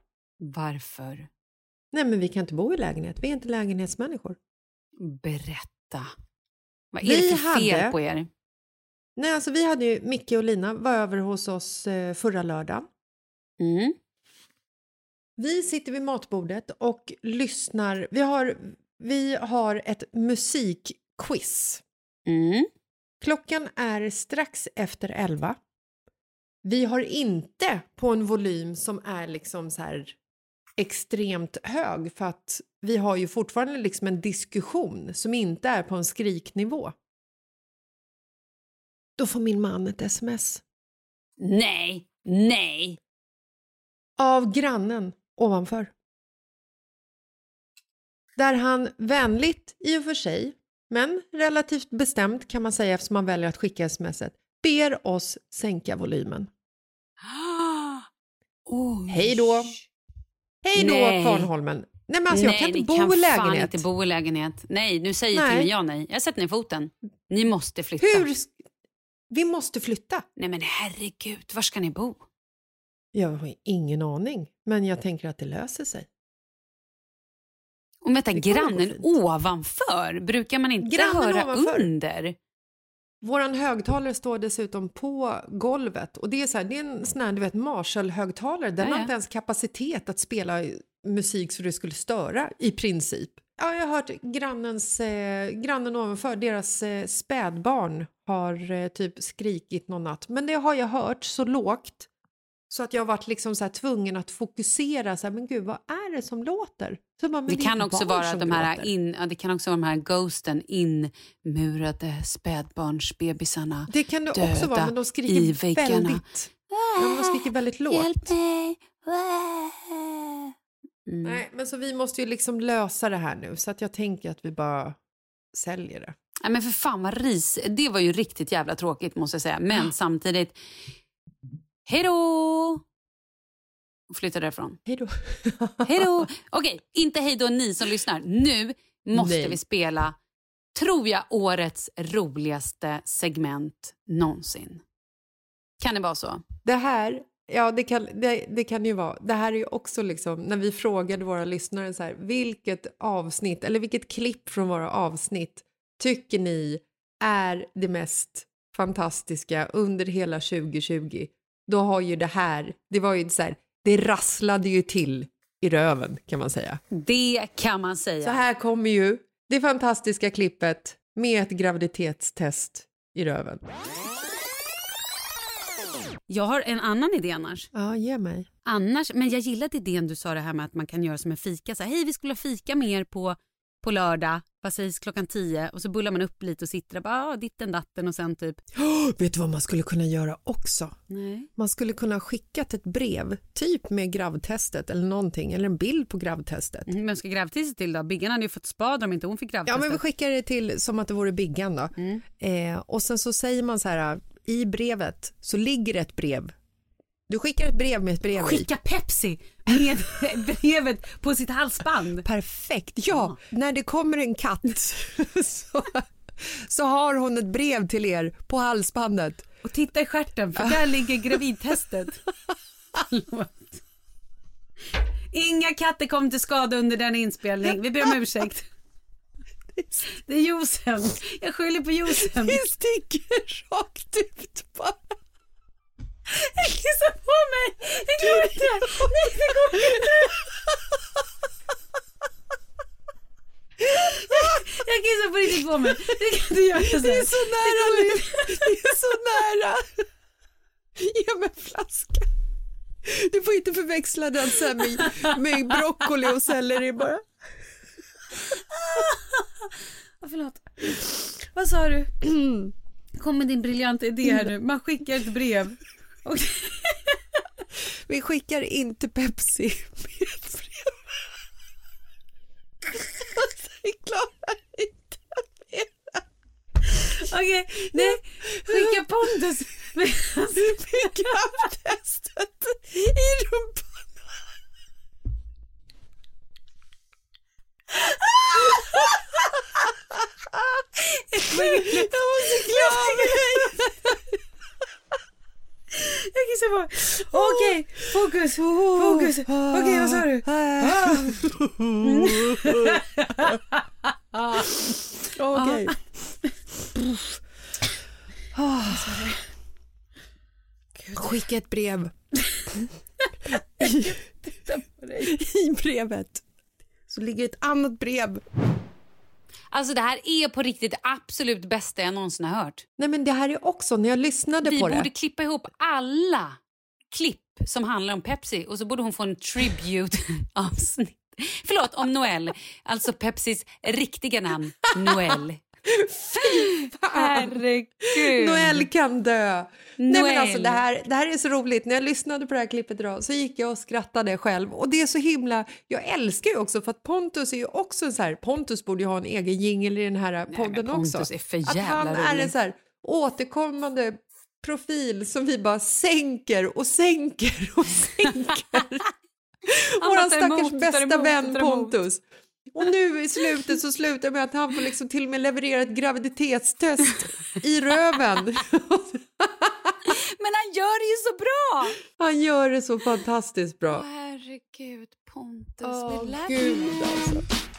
Varför? Nej, men vi kan inte bo i lägenhet. Vi är inte lägenhetsmänniskor. Berätta. Vad är det Vi för fel hade- på er? Nej, alltså vi hade ju, Micke och Lina var över hos oss eh, förra lördagen. Mm. Vi sitter vid matbordet och lyssnar. Vi har, vi har ett musikquiz. Mm. Klockan är strax efter elva. Vi har inte på en volym som är liksom så här extremt hög, för att vi har ju fortfarande liksom en diskussion som inte är på en skriknivå. Då får min man ett sms Nej, nej. av grannen ovanför. Där han vänligt i och för sig, men relativt bestämt kan man säga eftersom man väljer att skicka smset, ber oss sänka volymen. Oh, Hej då! Hej då, Nej. Kvarnholmen! Nej, men alltså jag nej, kan inte ni bo kan i fan lägenhet. inte bo i lägenhet. Nej, nu säger Nej. till mig ja nej. Jag sätter ner foten. Ni måste flytta. Hur? sk- Vi måste flytta. Nej men herregud, var ska ni bo? Jag har ingen aning, men jag tänker att det löser sig. Och vänta, Det kommer gå grannen fint. ovanför, brukar man inte Grannen höra ovanför. under? Våran högtalare står dessutom på golvet och det är så här, det är en sån här, du vet, Marshall-högtalare. Den Ja, har ja. inte ens kapacitet att spela musik så det skulle störa i princip. Ja, jag har hört grannens, eh, grannen ovanför, deras eh, spädbarn har eh, typ skrikit någon natt. Men det har jag hört så lågt så att jag har varit liksom så här tvungen att fokusera. Så här, men gud, vad är det som låter? Så bara, men Det är kan ett också barn vara som de här gråter. in, ja, det kan också vara de här ghosten inmurade spädbarnsbebisarna. Det kan det också döda vara, men de i skriker väggarna. väldigt, ja, men de skriker väldigt lågt. Hjälp mig! Mm. Nej, men så vi måste ju liksom lösa det här nu, så att jag tänker att vi bara säljer det. Nej, men för fan vad ris. Det var ju riktigt jävla tråkigt måste jag säga. Men samtidigt, hej då! Och flytta därifrån. Hej då. Hej då! Okej, inte hej då ni som lyssnar. Nu måste Nej. vi spela, tror jag, årets roligaste segment någonsin. Kan det vara så? Det här, ja det kan, det, det kan ju vara, det här är ju också liksom, när vi frågade våra lyssnare så här, vilket avsnitt, eller vilket klipp från våra avsnitt tycker ni är det mest fantastiska under hela tjugo tjugo? Då har ju det här, det var ju så här, det rasslade ju till i röven kan man säga. Det kan man säga. Så här kommer ju det fantastiska klippet med ett graviditetstest i röven. Jag har en annan idé annars. Ja, ge mig. Annars, men jag gillade idén du sa det här med att man kan göra som en fika. Så här, hej, vi skulle ha fika mer på, på lördag. Vad sägs klockan tio? Och så bullar man upp lite och sitter där. Bara, ah, ditten datten och sen typ. Oh, vet du vad man skulle kunna göra också? Nej. Man skulle kunna ha skickat ett brev, typ med gravtestet eller någonting, eller en bild på gravtestet. Mm, men ska gravtestet till då? Biggan hade ju fått spad om inte hon fick Ja, gravtestet. men vi skickar det till som att det vore Biggan då. Mm. Eh, och sen så säger man så här, i brevet så ligger det ett brev. Du skickar ett brev med ett brev i. Skicka Pepsi med brevet på sitt halsband. Perfekt, ja. När det kommer en katt så, så har hon ett brev till er på halsbandet. Och titta i stjärten, för där ligger gravidtestet. Inga katter kom till skada under den inspelning. Vi ber om ursäkt. Det är juicen. Jag skyller på juicen. Det sticker rakt ut bara. Jag kissar på mig. Det går inte. Nej, det går inte. Jag kissar på riktigt på mig. Det kan du göra sen. Det är så nära. Det är så nära. Ge mig en flaska. Du får inte förväxla den sen med, med broccoli och selleri bara. Ah, förlåt. Vad sa du? Kom med din briljanta idé här nu. Man skickar ett brev. Och... Vi skickar inte Pepsi med ett brev. Vi klarar inte mer. Okej, nej. Skicka Pontus. Med gravtestet i rumpan. Jag måste klara mig. Jag kissar på. Okej, fokus. Fokus. Okej, vad sa du? Okej. Skicka ett brev. I, I brevet så ligger ett annat brev. Alltså det här är på riktigt det absolut bästa jag någonsin har hört. Nej, men det här är också, när jag lyssnade Vi på det. Vi borde klippa ihop alla klipp som handlar om Pepsi. Och så borde hon få en tribute-avsnitt. Förlåt, om Noel. Alltså Pepsis riktiga namn, Noel. Fy fan. Herregud. Noel kan dö. Noel. Nej, men alltså, det, här, det här är så roligt. När jag lyssnade på det här klippet idag så gick jag och skrattade själv. Och det är så himla... Jag älskar ju också, för att Pontus är ju också så här... Pontus borde ju ha en egen jingle i den här podden. Nej, Pontus också. Är för att han rolig. är en så här återkommande profil som vi bara sänker och sänker och sänker. Vår stackars bästa emot, vän Pontus. Och nu i slutet så slutar med att han får liksom till och med leverera ett graviditetstest i röven. Men han gör det ju så bra! Han gör det så fantastiskt bra. Åh, herregud, Pontus. Åh, gud alltså.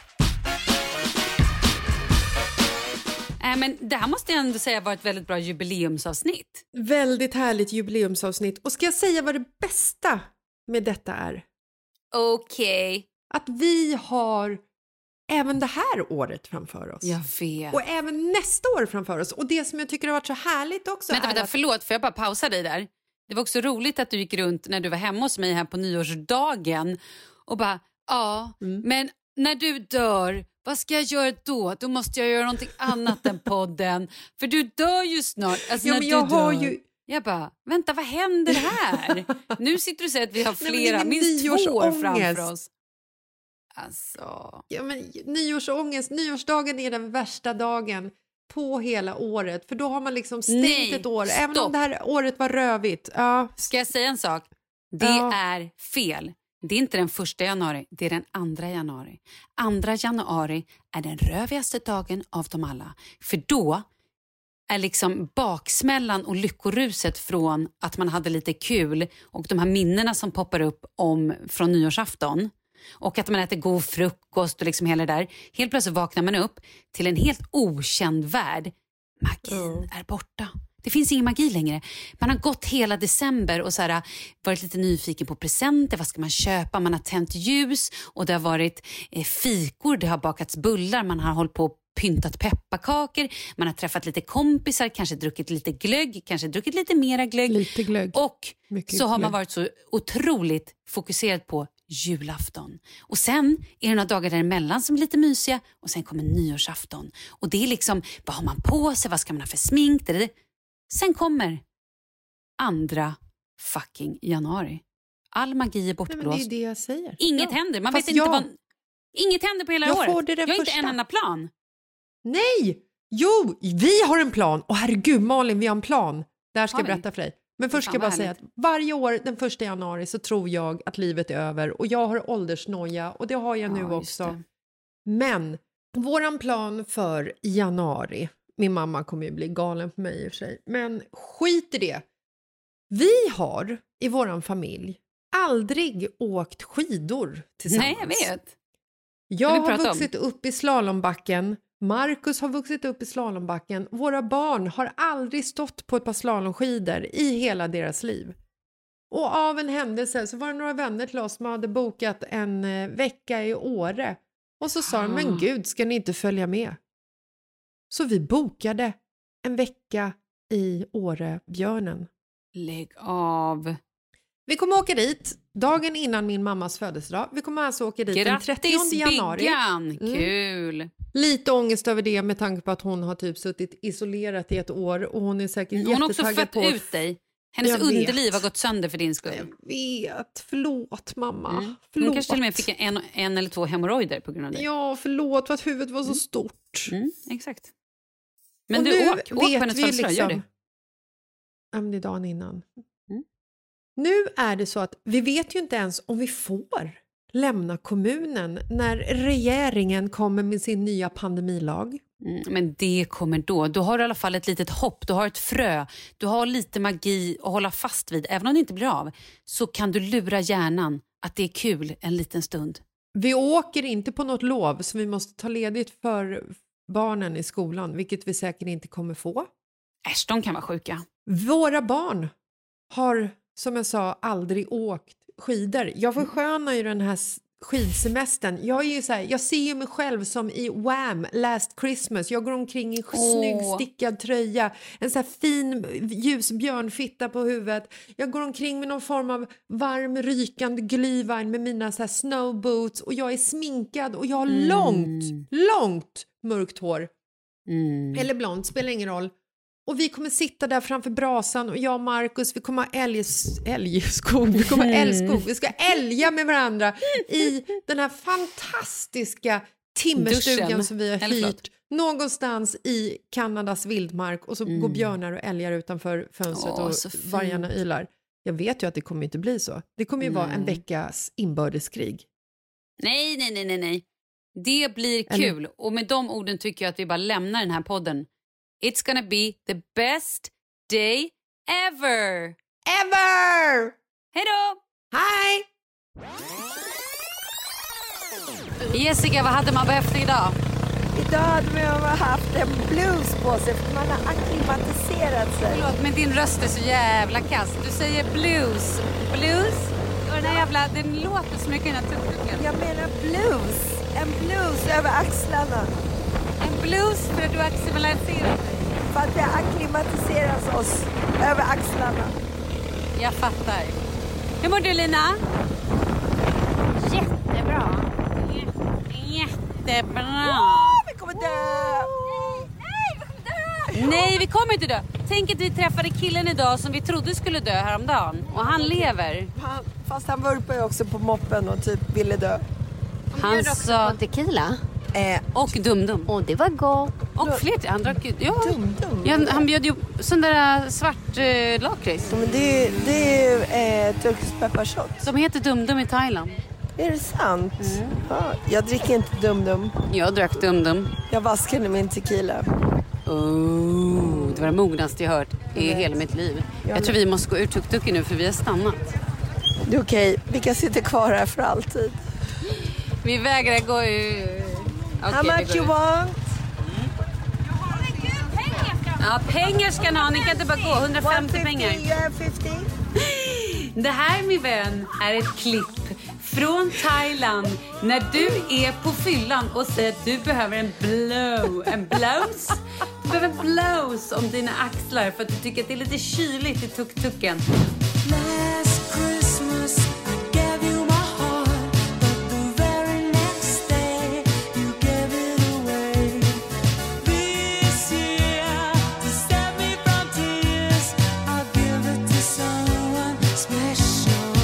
Äh, men det här måste jag ändå säga var ett väldigt bra jubileumsavsnitt. Väldigt härligt jubileumsavsnitt. Och ska jag säga vad det bästa med detta är? Okej. Okay. Att vi har även det här året framför oss. Jag vet. Och även nästa år framför oss. Och det som jag tycker har varit så härligt också vänta, är vänta, att... förlåt, får jag bara pausa dig där? Det var också roligt att du gick runt när du var hemma hos mig här på nyårsdagen och bara, ja, mm. men när du dör, vad ska jag göra då? Då måste jag göra någonting annat än podden. För du dör ju snart. Alltså, ja, när men jag du har dör. ju... Jag bara, vänta, vad händer här? Nu sitter du och säger att vi har flera, Nej, minst två år framför oss. Alltså... Ja, men nyårsångest, nyårsdagen är den värsta dagen på hela året. För då har man liksom stängt Nej, ett år. stopp. Även om det här året var rövigt. Ja. Ska jag säga en sak? Det ja. är fel. Det är inte den första januari, det är den andra januari. Andra januari är den rövigaste dagen av dem alla. För då är liksom baksmällan och lyckoruset från att man hade lite kul och de här minnena som poppar upp om från nyårsafton och att man äter god frukost och liksom hela det där. Helt plötsligt vaknar man upp till en helt okänd värld. Magin mm. är borta. Det finns ingen magi längre. Man har gått hela december och så här, varit lite nyfiken på presenter. Vad ska man köpa? Man har tänt ljus och det har varit eh, fikor. Det har bakats bullar. Man har hållit på och pyntat pepparkakor. Man har träffat lite kompisar. Kanske druckit lite glögg. Kanske druckit lite mera glögg. Lite glögg. Och Mycket så har glögg. man varit så otroligt fokuserad på julafton. Och sen är det några dagar däremellan som är lite mysiga. Och sen kommer nyårsafton. Och det är liksom, vad har man på sig? Vad ska man ha för smink? Det är det. Sen kommer andra fucking januari. All magi är bortblåst. Nej, men det är det jag säger. Inget ja. händer. Man Fast vet inte jag... vad... Inget händer på hela jag året. Får det den jag har första. inte en enda plan. Nej! Jo, vi har en plan. Och herregud, Malin, vi har en plan. Där ska Har jag vi? berätta för dig. Men först ska jag bara Fan, säga att varje år den första januari så tror jag att livet är över. Och jag har åldersnoja och det har jag Ja, nu just också. det. Men våran plan för januari, min mamma kommer ju bli galen på mig i och för sig, men skit i det. Vi har i våran familj aldrig åkt skidor tillsammans. Nej, jag vet. Jag vi har pratat om? vuxit upp i slalombacken. Marcus har vuxit upp i slalombacken. Våra barn har aldrig stått på ett par slalomskidor i hela deras liv. Och av en händelse så var det några vänner till oss som hade bokat en eh, vecka i Åre. Och så sa de, men gud, ska ni inte följa med? Så vi bokade en vecka i Åre, Björnen. Lägg av. Vi kommer åka dit dagen innan min mammas födelsedag. Vi kommer alltså åka dit Grattis, den trettionde januari. Biggan! Mm. Kul! Lite ångest över det med tanke på att hon har typ suttit isolerat i ett år och hon är säkert Hon har också jättetaggad fött på... ut dig. Hennes Jag underliv vet. har gått sönder för din skull. Jag vet, förlåt mamma. Mm. Förlåt. Hon kanske till och med fick en, en eller två hemorrojder på grund av det. Ja, förlåt för att huvudet var så Mm. stort. Mm, exakt. Men Och du, nu åk, åk på vet hennes vi födelsedag, gör liksom- det. Ja, men det är dagen innan. Mm. Nu är det så att vi vet ju inte ens om vi får lämna kommunen när regeringen kommer med sin nya pandemilag. Mm, men det kommer då. Du har i alla fall ett litet hopp. Du har ett frö. Du har lite magi att hålla fast vid. Även om det inte blir av så kan du lura hjärnan att det är kul en liten stund. Vi åker inte på något lov så vi måste ta ledigt för barnen i skolan, vilket vi säkert inte kommer få. Äsch, de kan vara sjuka. Våra barn har, som jag sa, aldrig åkt skidor. Jag förskönar ju den här skidsemestern. Jag är ju så här, jag ser ju mig själv som i Wham! Last Christmas. Jag går omkring i en oh. snygg stickad tröja, en så här fin ljus björnfitta på huvudet. Jag går omkring med någon form av varm rykande glühwein med mina så här snowboots, och jag är sminkad och jag har mm. långt, långt mörkt hår. Mm. Eller blont, spelar ingen roll. Och vi kommer sitta där framför brasan, och jag och Marcus, vi kommer ha älgs, älgskog, vi kommer ha älgskog, vi ska älga med varandra i den här fantastiska timmerstugan Duschen. Som vi har hyrt någonstans i Kanadas vildmark, och så mm. går björnar och älgar utanför fönstret Åh, och vargarna ylar. Jag vet ju att det kommer inte bli så. Det kommer ju nej. vara en veckas inbördeskrig. Nej, nej, nej, nej, nej. Det blir kul. Eller? Och med de orden tycker jag att vi bara lämnar den här podden. It's gonna be the best day ever. Ever! Hej då! Hej! Jessica, vad hade man behövt idag? Idag hade man haft en blues på sig, för man har akklimatiserat sig. Förlåt, men din röst är så jävla kast. Du säger blues. Blues? Och den här jävla, den låter så mycket i den här tuggduken. Jag menar blues. En blues över axlarna. En blues för att du akklimatiserar dig? För att vi akklimatiserar oss över axlarna. Jag fattar. Hur mår du, Lina? Jättebra. Jättebra. Oh, vi kommer dö! Nej, vi kommer dö! Nej, vi kommer inte dö. Tänk att vi träffade killen idag som vi trodde skulle dö häromdagen. Och han lever. Han, fast han vurpade ju också på moppen och typ ville dö. Han sa tequila. Eh, och dum-dum. Och det var gott. Och fler, han drack ju, ja. Dum-dum. Ja, han bjöd ju sån där svart eh, lakrits. Ja, men det är, det är ju eh, turkisk pepparshot. Som heter dum-dum i Thailand. Är det sant? Mm. Ja, jag dricker inte dum-dum. Jag drack dum-dum. Jag vaskade min tequila. Oh, det var det mognaste jag hört i jag hela mitt liv. Jag, jag tror vi måste gå ur tuk-tuken nu, för vi har stannat. Det är okej, vi kan sitta kvar här för alltid. Vi vägrar gå ur. Okay, how much you want? Ja, pengar ska ni ha. Ni kan inte bara gå. hundrafemtio pengar. Det här, min vän, är ett klipp från Thailand. När du är på fyllan och säger att du behöver en blow. En blouse? Du behöver en blouse om dina axlar för att du tycker att det är lite kyligt i tuk-tuken. Last Christmas I gave you my heart, but the very next day you gave it away. This year to save me from tears, I'll give it to someone special.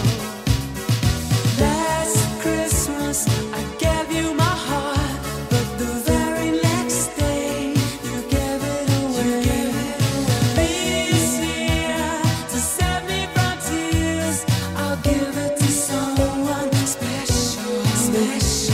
Last Christmas I gave you my heart, but the very next day you gave it away. This year to save me from tears, I'll give it to someone special, special.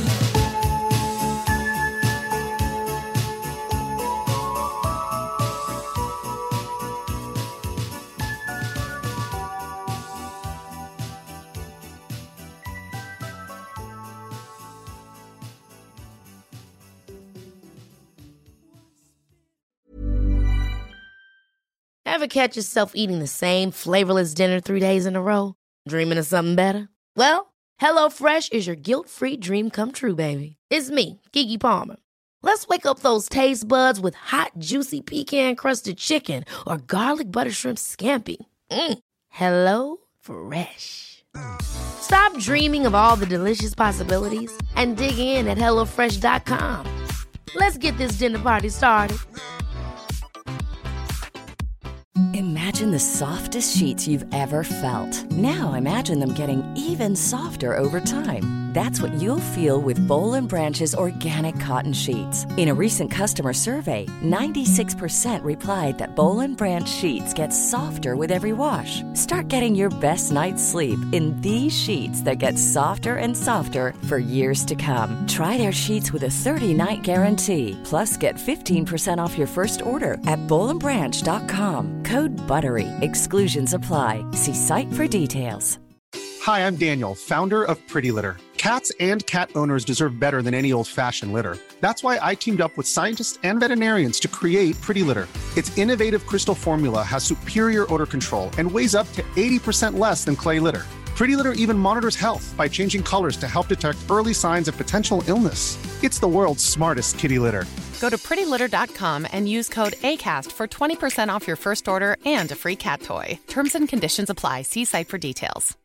Ever catch yourself eating the same flavorless dinner three days in a row? Dreaming of something better? Well, HelloFresh is your guilt-free dream come true, baby. It's me, Keke Palmer. Let's wake up those taste buds with hot, juicy pecan-crusted chicken or garlic butter shrimp scampi. Mm. Hello Fresh. Stop dreaming of all the delicious possibilities and dig in at hello fresh dot com. Let's get this dinner party started. Imagine the softest sheets you've ever felt. Now imagine them getting even softer over time. That's what you'll feel with Boll and Branch's organic cotton sheets. In a recent customer survey, ninety-six percent replied that Boll and Branch sheets get softer with every wash. Start getting your best night's sleep in these sheets that get softer and softer for years to come. Try their sheets with a thirty-night guarantee. Plus, get fifteen percent off your first order at boll and branch dot com. Code BUTTERY. Exclusions apply. See site for details. Hi, I'm Daniel, founder of Pretty Litter. Cats and cat owners deserve better than any old-fashioned litter. That's why I teamed up with scientists and veterinarians to create Pretty Litter. Its innovative crystal formula has superior odor control and weighs up to eighty percent less than clay litter. Pretty Litter even monitors health by changing colors to help detect early signs of potential illness. It's the world's smartest kitty litter. Go to pretty litter dot com and use code ACAST for twenty percent off your first order and a free cat toy. Terms and conditions apply. See site for details.